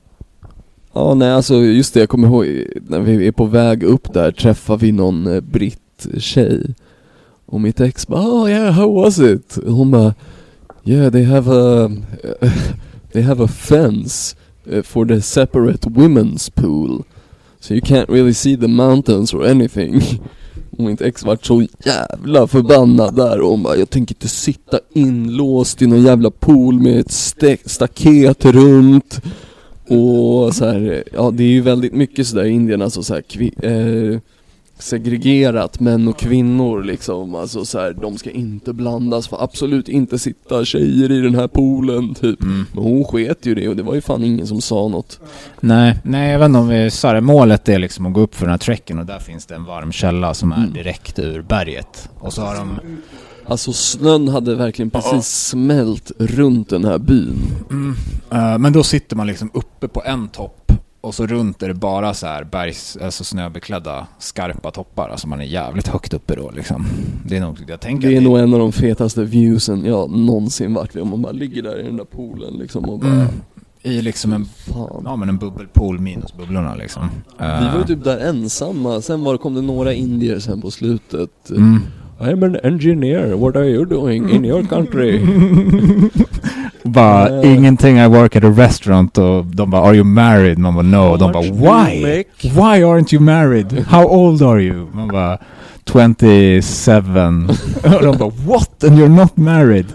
Speaker 2: ja nej alltså just det, jag kommer ihåg när vi är på väg upp där träffar vi någon eh, britt tjej och mitt ex bara, oh yeah, how was it? Och hon bara, yeah, they have a they have a fence uh, for the separate women's pool, so you can't really see the mountains or anything. Och mitt ex var så jävla förbannad där och hon bara, jag tänker inte sitta inlåst i någon jävla pool med ett st- staket runt. Och så här, ja det är ju väldigt mycket sådär i Indien, alltså så här, kvi- eh, segregerat män och kvinnor liksom, alltså så här, de ska inte blandas, för absolut inte sitta tjejer i den här poolen typ.
Speaker 3: Mm.
Speaker 2: Men hon sket ju det och det var ju fan ingen som sa något.
Speaker 3: Nej, nej, jag vet inte om vi sa det. Målet är liksom att gå upp för den här trekken och där finns det en varm källa som är
Speaker 2: Mm.
Speaker 3: direkt ur berget. Och så har de...
Speaker 2: Alltså snön hade verkligen precis smält runt den här byn.
Speaker 3: Mm. Uh, men då sitter man liksom uppe på en topp och så runt är det bara så här bergs, alltså snöbeklädda skarpa toppar. Alltså man är jävligt högt uppe då liksom. Det är nog, jag tänker
Speaker 2: Det är
Speaker 3: att
Speaker 2: nog en av de fetaste viewsen jag någonsin varit vid, om man bara ligger där i den där poolen liksom och bara,
Speaker 3: Mm. I liksom en,
Speaker 2: fan.
Speaker 3: ja, men en bubbelpool minus bubblorna liksom. Uh,
Speaker 2: Vi var ju typ där ensamma, sen var, kom det några indier sen på slutet.
Speaker 3: mm.
Speaker 2: I'm an engineer, what are you doing in your country?
Speaker 3: Bara,
Speaker 2: Uh,
Speaker 3: ingenting, I work at a restaurant. Och de bara, are you married? Man bara, no.
Speaker 2: How
Speaker 3: De bara,
Speaker 2: much do you
Speaker 3: why?
Speaker 2: make?
Speaker 3: Why aren't you married? How old are you? Man bara, twenty-seven. Och de bara, what? And you're not married?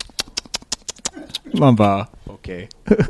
Speaker 3: Man bara, okej. Okay.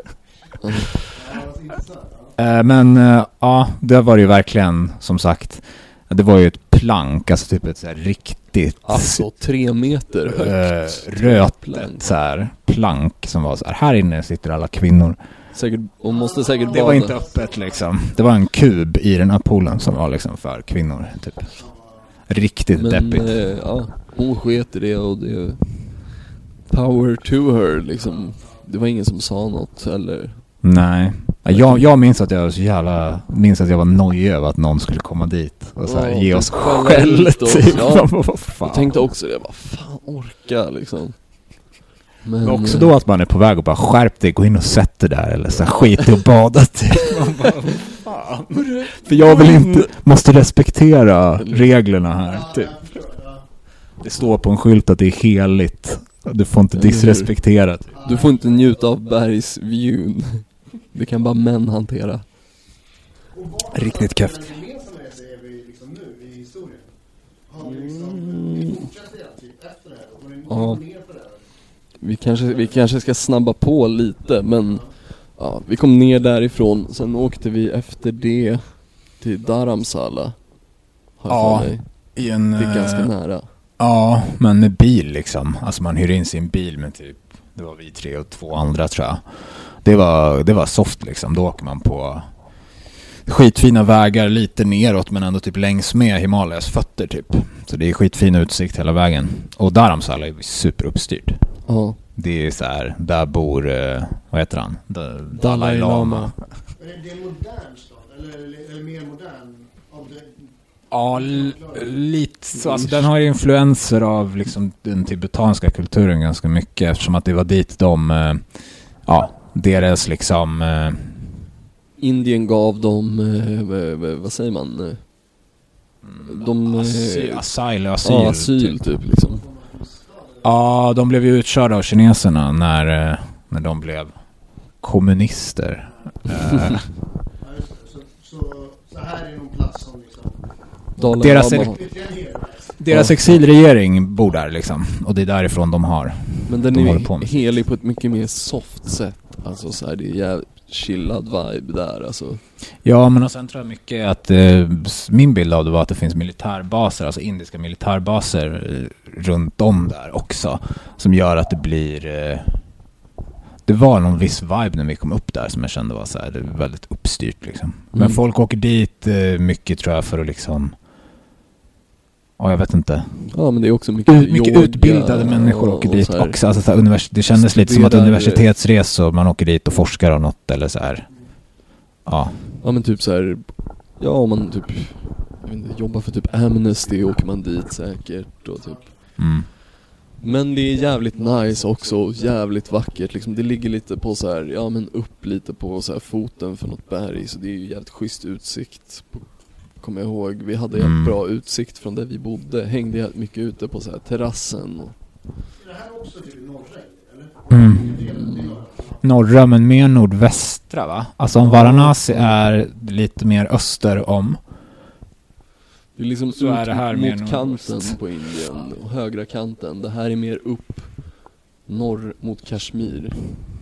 Speaker 3: uh, men uh, ja, det var ju verkligen, som sagt, det var ju ett plank, alltså typ ett så här riktigt
Speaker 2: Alltså tre meter högt
Speaker 3: uh, rötligt så här plank som var så här, här inne sitter alla kvinnor.
Speaker 2: Säkert, och måste säkert
Speaker 3: Det
Speaker 2: bada.
Speaker 3: var inte öppet liksom. Det var en kub i den här poolen som var liksom för kvinnor typ. Riktigt
Speaker 2: Men
Speaker 3: deppigt.
Speaker 2: eh, ja, hon sket i det och det power to her liksom. Det var ingen som sa något eller.
Speaker 3: Nej. Jag, jag minns att jag var så jävla minns att jag var nojig över att någon skulle komma dit och så här,
Speaker 2: Ja,
Speaker 3: ge oss
Speaker 2: skälla
Speaker 3: skäll
Speaker 2: ut oss,
Speaker 3: typ.
Speaker 2: ja.
Speaker 3: Vad fan.
Speaker 2: Jag tänkte också det, vad fan orka liksom. Men,
Speaker 3: Men också då att man är på väg och bara skärp dig, gå in och sätt dig där eller så här, skit i och bada typ. Man bara, fan. För jag vill inte, måste respektera reglerna här typ. Det står på en skylt att det är heligt. Du får inte disrespektera typ.
Speaker 2: Du får inte njuta av bergsviewn. Det kan bara män hantera.
Speaker 3: Riktigt keft.
Speaker 1: Den gemensamma resan är vi liksom nu i historien. Har vi liksom, vi fortsätter typ efter det här. Och ni
Speaker 2: Ja.
Speaker 1: går ner på det här.
Speaker 2: Vi kanske, vi kanske ska snabba på lite, men ja, vi kom ner därifrån. Sen åkte vi efter det till Dharamsala. Har jag
Speaker 3: Ja,
Speaker 2: för mig.
Speaker 3: I en,
Speaker 2: Det är ganska
Speaker 3: eh,
Speaker 2: nära.
Speaker 3: Ja, men med bil liksom. Alltså man hyr in sin bil med typ, det var vi tre och två andra tror jag. Det var, det var soft liksom. Då åker man på skitfina vägar lite neråt men ändå typ längs med Himalayas fötter typ. Så det är skitfin utsikt hela vägen. Och Dharamsala är superuppstyrt.
Speaker 2: Ja.
Speaker 3: Det är så här, där bor, eh, vad heter han? Da-
Speaker 2: Dalai Lama.
Speaker 1: Men är det en modern stad? Eller, eller mer modern? Av det?
Speaker 3: Ja, l- lite så. Alltså, den har ju influenser av liksom, den tibetanska kulturen ganska mycket eftersom att det var dit de, eh, ja, deras liksom... Eh,
Speaker 2: Indien gav dem, eh, vad säger man? Eh, De, eh,
Speaker 3: asyl, asyl, asyl,
Speaker 2: ja, asyl
Speaker 3: typ.
Speaker 2: typ liksom.
Speaker 3: Ja, de blev ju utkörda av kineserna när, eh, när de blev kommunister. Eh,
Speaker 1: Ja, just det. Så, så, så här är någon plats som liksom...
Speaker 2: Dalai
Speaker 3: Deras
Speaker 2: Lama.
Speaker 3: är-
Speaker 1: Ytterligare ner.
Speaker 3: deras
Speaker 2: Ja.
Speaker 3: exilregering bor där liksom. Och det är därifrån de har.
Speaker 2: Men den
Speaker 3: de
Speaker 2: är
Speaker 3: håller på
Speaker 2: ju
Speaker 3: med.
Speaker 2: helig på ett mycket mer soft sätt. Alltså så här, det är jävligt chillad vibe där alltså.
Speaker 3: Ja, men och sen tror jag mycket att eh, min bild av det var att det finns militärbaser, alltså indiska militärbaser eh, runt om där också, som gör att det blir eh, det var någon viss vibe när vi kom upp där som jag kände var så här, det är väldigt uppstyrt liksom. Men
Speaker 2: Mm.
Speaker 3: folk åker dit eh, mycket tror jag för att liksom, ja jag vet inte,
Speaker 2: Ja, men det är också mycket
Speaker 3: Ut, mycket
Speaker 2: yoga
Speaker 3: utbildade människor
Speaker 2: och-
Speaker 3: åker
Speaker 2: och
Speaker 3: dit
Speaker 2: så här.
Speaker 3: också. Alltså, så här, univers- det kändes lite som att
Speaker 2: Studerar-
Speaker 3: universitetsresor, man åker dit och forskar om något eller så här. Ja.
Speaker 2: Ja, men typ så här. Ja, om man typ jag vet inte, jobbar för typ Amnesty åker man dit säkert och typ.
Speaker 3: Mm.
Speaker 2: Men det är jävligt nice också, jävligt vackert liksom. Det ligger lite på så här, ja men upp lite på så här foten för något berg, så det är ju jävligt schysst utsikt. Kommer jag ihåg, vi hade jävligt
Speaker 3: Mm.
Speaker 2: bra utsikt från där vi bodde. Hängde jävligt mycket ute på så här terrassen och
Speaker 1: Är det här också typ norra, eller?
Speaker 3: Mm.
Speaker 1: Det är norra.
Speaker 3: Norra men mer nordvästra va? Alltså om Varanasi är lite mer öster om.
Speaker 2: det är liksom
Speaker 3: Så är
Speaker 2: ut
Speaker 3: det här mer
Speaker 2: mot kanten
Speaker 3: nordväst.
Speaker 2: på Indien och högra kanten. Det här är mer upp norr mot Kashmir.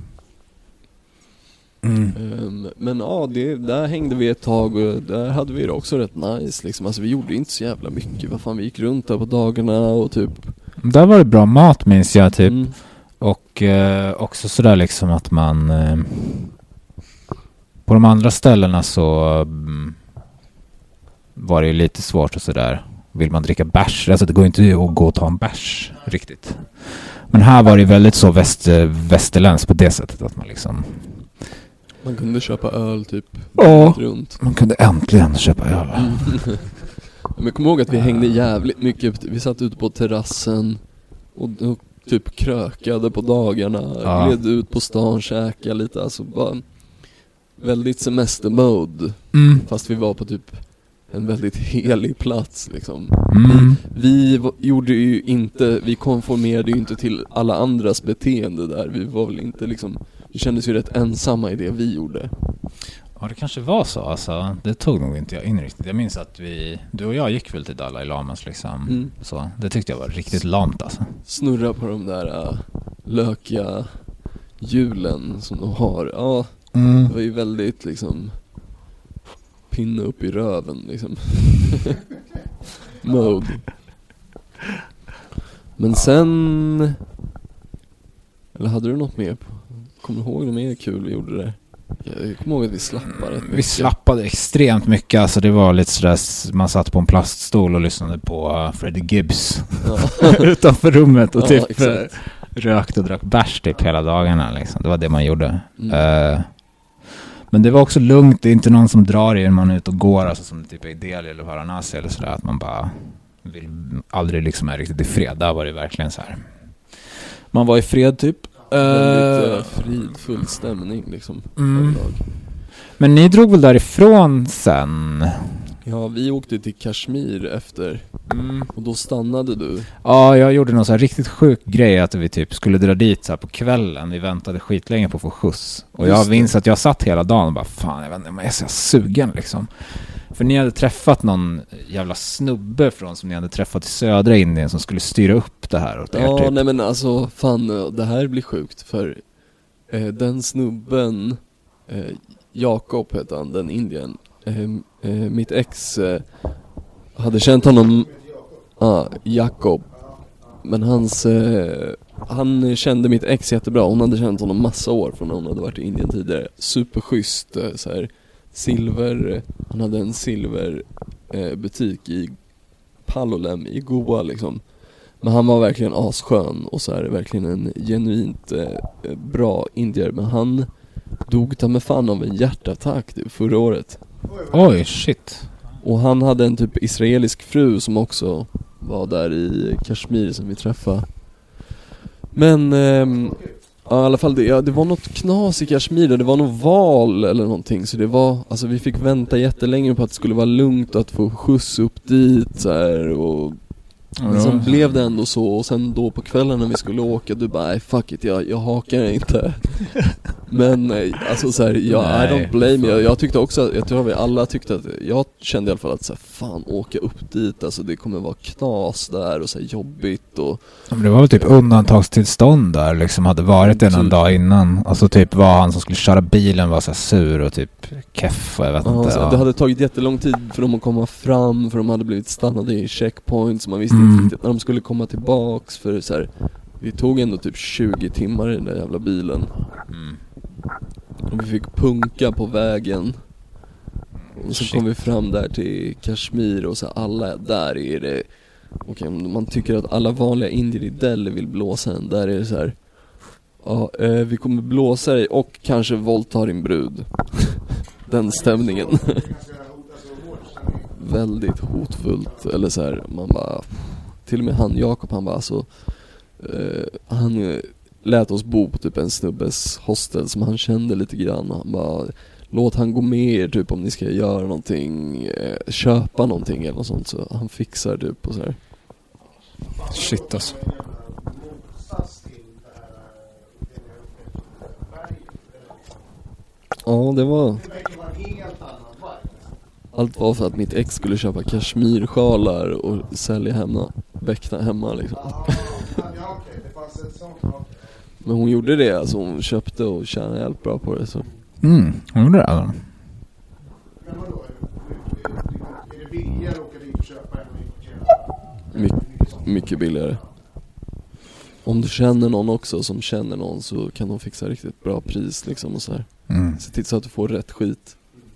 Speaker 3: Mm.
Speaker 2: Um, men ja, det, där hängde vi ett tag och där hade vi det också rätt nice liksom. Alltså vi gjorde inte så jävla mycket. Vad fan, vi gick runt där på dagarna och typ
Speaker 3: Där var det bra mat minns jag typ.
Speaker 2: mm,
Speaker 3: Och eh, också sådär liksom att man eh, på de andra ställena så mm, var det ju lite svårt och sådär. Vill man dricka bärs? Alltså det går inte att gå och ta en bärs riktigt. Men här var det väldigt så väst, västerländskt på det sättet att man liksom
Speaker 2: man kunde köpa öl typ
Speaker 3: Ja.
Speaker 2: runt.
Speaker 3: man kunde äntligen köpa öl.
Speaker 2: Mm. Men jag kommer ihåg att vi hängde jävligt mycket. Vi satt ute på terrassen och, och typ krökade på dagarna.
Speaker 3: Ja.
Speaker 2: Gled ut på stan, käka lite. Alltså bara väldigt semestermode.
Speaker 3: Mm.
Speaker 2: Fast vi var på typ en väldigt helig plats liksom.
Speaker 3: Mm.
Speaker 2: Vi v- gjorde ju inte, vi konformerade ju inte till alla andras beteende där. Vi var väl inte liksom, vi kändes ju rätt ensamma i det vi gjorde.
Speaker 3: Ja, det kanske var så alltså. Det tog nog inte jag in riktigt. Jag minns att vi, du och jag gick väl till Dalai Lamas liksom.
Speaker 2: Mm.
Speaker 3: Så det tyckte jag var riktigt lamt alltså.
Speaker 2: Snurra på de där uh, lökiga hjulen som de har. Ja,
Speaker 3: Mm.
Speaker 2: det var ju väldigt liksom pinna upp i röven liksom. Mode. Men sen, eller hade du något mer på? Kommer du ihåg något mer kul vi gjorde där? Jag kommer ihåg att vi slappade rätt
Speaker 3: Vi
Speaker 2: mycket.
Speaker 3: slappade extremt mycket. Alltså det var lite sådär, man satt på en plaststol och lyssnade på uh, Freddie Gibbs
Speaker 2: Ja.
Speaker 3: utanför rummet och
Speaker 2: Ja,
Speaker 3: typ
Speaker 2: exakt.
Speaker 3: rökte och drack bärs typ hela dagarna liksom. Det var det man gjorde.
Speaker 2: Mm.
Speaker 3: Uh, men det var också lugnt. Det är inte någon som drar i när man är ute och går, alltså som typ är Delhi eller Varanasi eller sådär, att man bara vill aldrig liksom är riktigt i fred. Där var det verkligen så här. Man var i fred typ.
Speaker 2: Väldigt
Speaker 3: Uh,
Speaker 2: uh, fridfull stämning liksom.
Speaker 3: Mm.
Speaker 2: överlag.
Speaker 3: men ni drog väl därifrån sen?
Speaker 2: Ja, vi åkte till Kashmir efter.
Speaker 3: Mm.
Speaker 2: Och då stannade du.
Speaker 3: Ja, jag gjorde någon så här riktigt sjuk grej att vi typ skulle dra dit så här på kvällen. Vi väntade skitlänge på att få skjuts. Och jag
Speaker 2: Just det.
Speaker 3: minns att jag satt hela dagen och bara, fan, jag vet inte, men jag är så här sugen liksom. För ni hade träffat någon jävla snubbe från som ni hade träffat i södra Indien som skulle styra upp det här åt er
Speaker 2: Ja,
Speaker 3: typ.
Speaker 2: nej men alltså fan, det här blir sjukt. För eh, den snubben, eh, Jakob heter han, den indien. Eh, eh, mitt ex eh, hade känt honom, ja, ah, Jakob. Men hans, eh, han kände mitt ex jättebra. Hon hade känt honom massa år från när hon hade varit i Indien tidigare. Superschysst, eh, så här, silver, eh, han hade en silver eh, butik i Palolem i Goa liksom. Men han var verkligen asskön och så är det verkligen en genuint eh, bra indier. Men han dog ta med fan av en hjärtattack typ, förra året.
Speaker 3: Oj, shit.
Speaker 2: Och han hade en typ israelisk fru som också var där i Kashmir som vi träffade. Men ehm, ja, i alla fall det, ja, det var något knas i Kashmir. Det var något val eller någonting. Så det var, alltså vi fick vänta jättelänge på att det skulle vara lugnt och att få skjuts upp dit så här, och men sen blev det ändå så. Och sen då på kvällen när vi skulle åka, du bara, nej fuck it, jag, jag hakar inte. Men nej, alltså så här, jag, I don't blame you. Jag tyckte också, jag tror vi alla tyckte att, jag kände i alla fall att så här, fan, åka upp dit, alltså det kommer vara knas där och så här, jobbigt och
Speaker 3: Men det var väl typ undantagstillstånd där liksom, hade varit det någon
Speaker 2: typ.
Speaker 3: dag innan. Alltså typ var han som skulle köra bilen var så här sur och typ keff och jag vet
Speaker 2: ja,
Speaker 3: inte.
Speaker 2: så
Speaker 3: Ja.
Speaker 2: det hade tagit jättelång tid för dem att komma fram, för de hade blivit stannade i checkpoints. Man visste
Speaker 3: Mm.
Speaker 2: inte riktigt när de skulle komma tillbaks, för så här, vi tog ändå typ tjugo timmar i den där jävla bilen.
Speaker 3: Mm.
Speaker 2: Och vi fick punka på vägen. Och så
Speaker 3: Shit.
Speaker 2: kom vi fram där till Kashmir och så alla där är det. Och om man tycker att alla vanliga indier i Delhi vill blåsa en, där är det så här. Ja, eh, vi kommer blåsa dig och kanske våldta din brud. Den stämningen. Väldigt hotfullt. Eller så här, man bara, till och med han Jakob, han bara alltså, eh, han eh, lät oss bo på typ en snubbes hostel som han kände lite grann. Han bara, låt han gå med er typ om ni ska göra någonting, eh, köpa någonting eller något sånt, så han fixar typ och så här.
Speaker 3: Shit alltså.
Speaker 2: Ja, det var, allt var för att mitt ex skulle köpa kashmirsjalar och sälja hemma, beckna hemma liksom. Men hon gjorde det, alltså hon köpte och tjänade helt bra på det så.
Speaker 3: Mm, hon gjorde det alltså.
Speaker 1: Är det billigare att åka dit och köpa än att importera?
Speaker 2: My- mycket billigare. Om du känner någon också som känner någon, så kan de fixa riktigt bra pris liksom och så här.
Speaker 3: Mm.
Speaker 2: Se till så att du får rätt skit.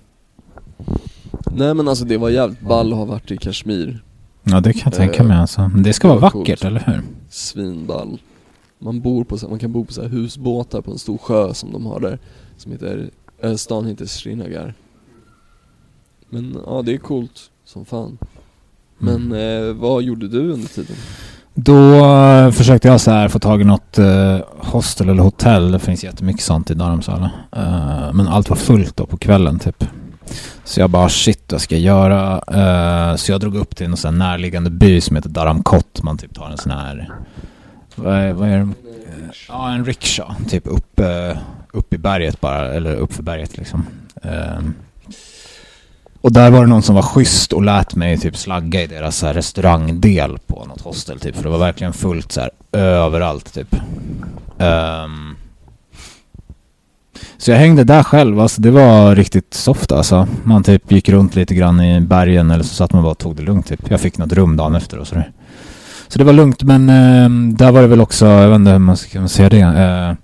Speaker 2: Nej men alltså det var jävligt ball att ha varit i Kashmir.
Speaker 3: Ja, det kan jag tänka
Speaker 2: Eh,
Speaker 3: mig alltså. Men det ska vara
Speaker 2: det var
Speaker 3: vackert,
Speaker 2: coolt.
Speaker 3: eller hur?
Speaker 2: Svinball. Man bor på så, man kan bo på så här husbåtar på en stor sjö som de har där, som heter, äh, stan heter Srinagar. Men ja, det är coolt som fan. Men eh, vad gjorde du under tiden?
Speaker 3: Då eh, försökte jag så här få tag i något eh, hostel eller hotell. Det finns jättemycket sånt i Dharamsala. Eh, men allt var fullt då på kvällen typ. Så jag bara, shit, vad ska jag göra? Uh, så jag drog upp till en sån här närliggande by som heter Dharamkot. Man typ tar en sån här, vad är, vad är det? Uh, ja, en rickshaw. Typ upp, uh, upp i berget bara, eller upp för berget liksom. Uh, och där var det någon som var schysst och lät mig typ slagga i deras så här restaurangdel på något hostel typ. För det var verkligen fullt så här överallt typ. Um, Så jag hängde där själv, alltså det var riktigt soft alltså. Man typ gick runt lite grann i bergen eller så satt man bara och tog det lugnt typ. Jag fick något rum dagen efter och sådär. Så det var lugnt, men eh, där var det väl också, jag vet inte hur man ska säga det. Eh,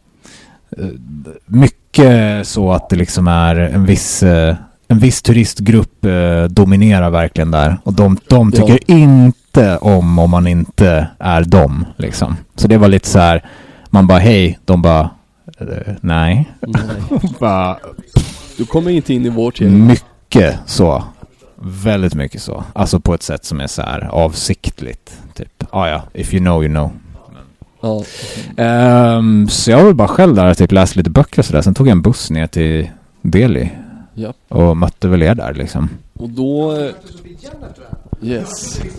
Speaker 3: mycket så att det liksom är en viss, eh, en viss turistgrupp eh, dominerar verkligen där. Och de, de tycker ja. inte om om man inte är dem liksom. Så det var lite så här, man bara hej, de bara Uh, nej. nej. Bara,
Speaker 2: du kommer inte in i vårt gäng.
Speaker 3: Mycket så. Väldigt mycket så. Alltså på ett sätt som är så här avsiktligt. Typ, ah, ja, if you know, you know.
Speaker 2: Ja.
Speaker 3: Um, så jag var bara själv där och typ läste lite böcker och sådär. Sen tog jag en buss ner till Delhi.
Speaker 2: Ja.
Speaker 3: Och mötte väl er där liksom.
Speaker 2: Och då... Yes.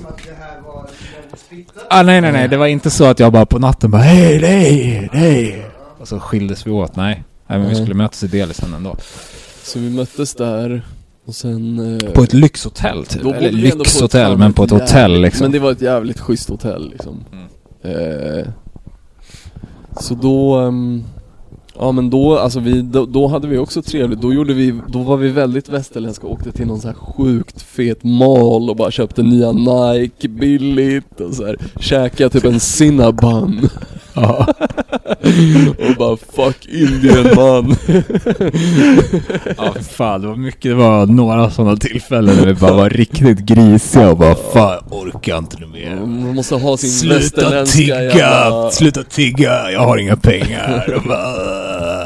Speaker 3: Ah, nej, nej, nej. Det var inte så att jag bara på natten bara hej, hej, hej. Och så skildes vi åt, nej. Nej, men vi skulle mötas i Delhi sen ändå.
Speaker 2: Så vi möttes där och sen... Eh,
Speaker 3: på ett lyxhotell typ. Eller lyxhotell, men på ett
Speaker 2: jävligt,
Speaker 3: hotell liksom.
Speaker 2: Men det var ett jävligt schysst hotell liksom. Mm. Eh, så då... Um, ja men då, alltså vi, då, då hade vi också trevligt. Då gjorde vi, då var vi väldigt västerländska och åkte till någon så här sjukt fet mall och bara köpte nya Nike billigt och så här käkade typ en Cinnabon. Ja. Och bara fuck Indien man.
Speaker 3: Ja fan, det var mycket, det var några sådana tillfällen där vi bara var riktigt grisiga och bara fan, orkar inte mer.
Speaker 2: Man måste ha sin
Speaker 3: sluta
Speaker 2: västerländska
Speaker 3: tigga,
Speaker 2: jävla...
Speaker 3: sluta tigga, jag har inga pengar. Och bara...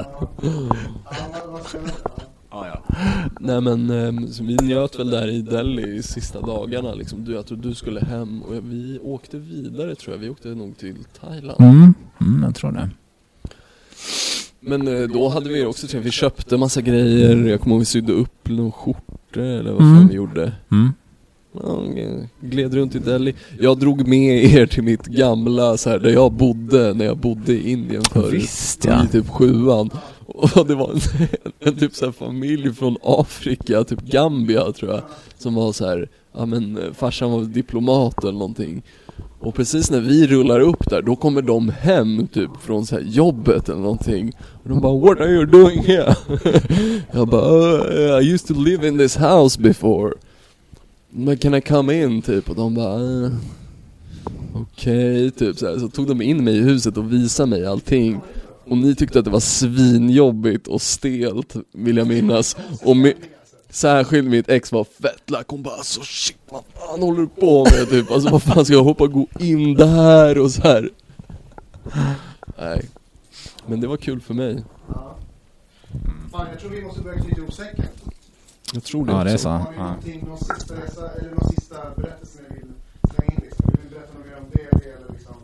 Speaker 2: Ah, ja. Nej men um, så vi njöt väl där i Delhi i sista dagarna liksom. Du, jag tror du skulle hem och vi åkte vidare tror jag. Vi åkte nog till Thailand.
Speaker 3: Mm, mm jag tror det.
Speaker 2: Men uh, då hade vi också tror jag, vi köpte massa grejer. Jag kommer ihåg vi sydde upp någon skjortor eller vad
Speaker 3: mm.
Speaker 2: fan vi gjorde.
Speaker 3: Mm.
Speaker 2: Ja, gled runt i Delhi. Jag drog med er till mitt gamla så här, där jag bodde när jag bodde i Indien förut.
Speaker 3: Visst, ja.
Speaker 2: I typ sjuan. Och det var en, en typ så här familj från Afrika, typ Gambia tror jag, som var så här, ja men farsan var diplomat eller någonting. Och precis när vi rullar upp där, då kommer de hem typ från så här jobbet eller någonting. Och de bara, what are you doing here? Jag bara, uh, I used to live in this house before. Men can I come in typ? Och de bara uh, okej okay, typ så här. Så tog de in mig i huset och visade mig allting. Och ni tyckte att det var svinjobbigt och stelt, vill jag minnas. Och mi- särskilt mitt ex var fett lack. Hon bara, så shit, vad fan håller du på med typ? Alltså vad fan ska jag hoppa och gå in där och så här. Nej. Men det var kul för mig.
Speaker 1: Ja. Fan, jag tror vi måste börja knyta ihop säcken.
Speaker 2: Jag tror det
Speaker 3: ja,
Speaker 2: också.
Speaker 3: det är så.
Speaker 1: Har ni
Speaker 3: ja.
Speaker 1: någonting, någon sista resa, eller någon sista berättelse ni vill slänga in liksom? Vill ni berätta något mer om det eller liksom?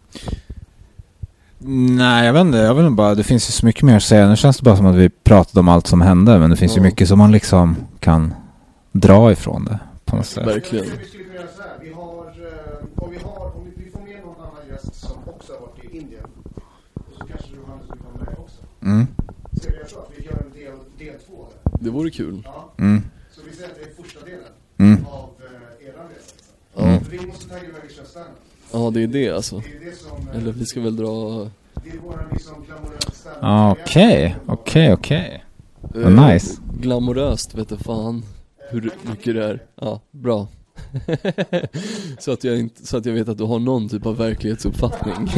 Speaker 3: Nej, jag vet inte. Jag vet inte bara, det finns ju så mycket mer att säga. Nu känns det bara som att vi pratade om allt som hände, men det finns
Speaker 2: ja.
Speaker 3: ju mycket som man liksom kan dra ifrån det på något sätt.
Speaker 2: Verkligen.
Speaker 1: Vi skulle kunna göra så här. Vi har, om vi har, om vi får med någon annan gäst som också har varit i Indien, och så kanske Johannes vill vara med också.
Speaker 3: Mm.
Speaker 1: Så jag tror att vi gör en del, del två.
Speaker 2: Det vore kul.
Speaker 1: Ja.
Speaker 3: Mm.
Speaker 1: Så vi säger att det är första delen
Speaker 3: Mm.
Speaker 1: av uh, eran resa. Liksom.
Speaker 2: Ja.
Speaker 1: För vi måste ta iväg i köttstärnen.
Speaker 2: Ja, det är det alltså.
Speaker 1: Det är det som... Uh,
Speaker 2: Eller vi ska väl dra...
Speaker 1: Det är våran liksom glamorösa stärn.
Speaker 3: Ah, okej, okej, okej. Vad
Speaker 2: eh,
Speaker 3: nice.
Speaker 2: Glamoröst, vet du fan hur mycket det är. Ja, bra. så, att jag inte, så att jag vet att du har någon typ av verklighetsuppfattning.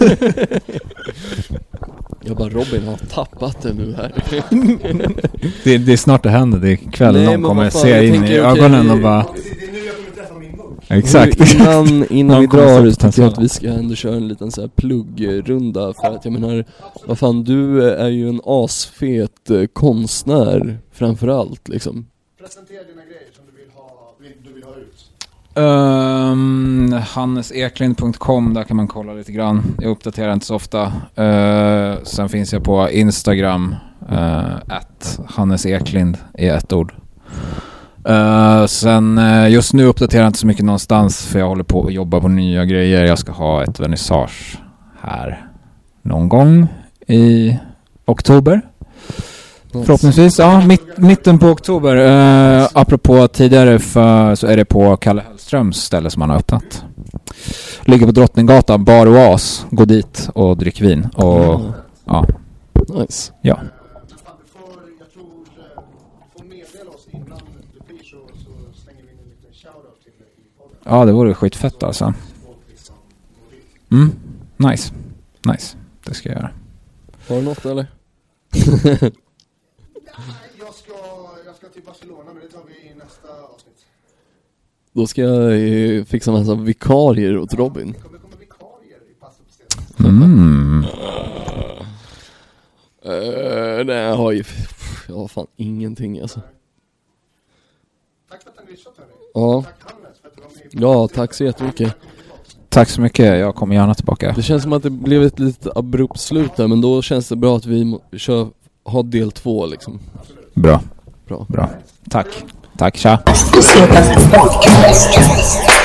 Speaker 2: Jag bara, Robin har tappat det nu här.
Speaker 3: det, det är snart det händer, det är kväll.
Speaker 2: Nej,
Speaker 3: någon kommer
Speaker 2: fan,
Speaker 3: se in
Speaker 2: tänker,
Speaker 3: i
Speaker 2: okay,
Speaker 3: ögonen
Speaker 2: vi,
Speaker 3: och bara...
Speaker 1: Det är nu jag kommer träffa min mugg.
Speaker 3: Exakt.
Speaker 2: Nu, innan innan vi drar tycker jag att
Speaker 3: vi...
Speaker 2: vi ska ändå köra en liten så här pluggrunda. För att jag menar, vad fan, du är ju en asfet eh, konstnär framförallt liksom.
Speaker 1: Presentera dina grejer som du vill ha, vill, du vill ha ut.
Speaker 3: Um, hannes eklind punkt com, där kan man kolla lite grann. Jag uppdaterar inte så ofta. Uh, sen finns jag på Instagram uh, at Hannes Eklind i ett ord. Uh, sen uh, just nu uppdaterar jag inte så mycket någonstans för jag håller på att jobba på nya grejer. Jag ska ha ett vernissage här någon gång i oktober. Nice. Förhoppningsvis, ja, mitt, mitten på oktober. Uh, apropå tidigare för, så är det på Kalle Hellströms ställe som han har öppnat. Ligger på Drottninggatan, bar och as. Gå dit och drick vin. Och, mm. ja.
Speaker 2: Nice.
Speaker 3: Ja. Ja, det vore skitfett alltså. Mm, nice. Nice, det ska jag göra.
Speaker 2: Har du något eller?
Speaker 1: jag, ska, jag ska till Barcelona, men det tar vi i nästa avsnitt.
Speaker 2: Då ska jag fixa en massa vikarier åt Robin.
Speaker 1: Det kommer komma vikarier i passuppstället.
Speaker 3: Mm.
Speaker 2: Uh, nej, jag har ju... Jag har fan ingenting alltså.
Speaker 1: Tack för att ni lyssnade, hörni.
Speaker 2: Ja.
Speaker 1: Tack Hannes för att du var med.
Speaker 2: Ja, tack så jättemycket.
Speaker 3: Tack så mycket, jag kommer gärna tillbaka.
Speaker 2: Det känns som att det blev ett litet abrupt slut där, men då känns det bra att vi må- kör, har del två liksom.
Speaker 3: Bra.
Speaker 2: Bra.
Speaker 3: Bra. Tack. Tack, tja.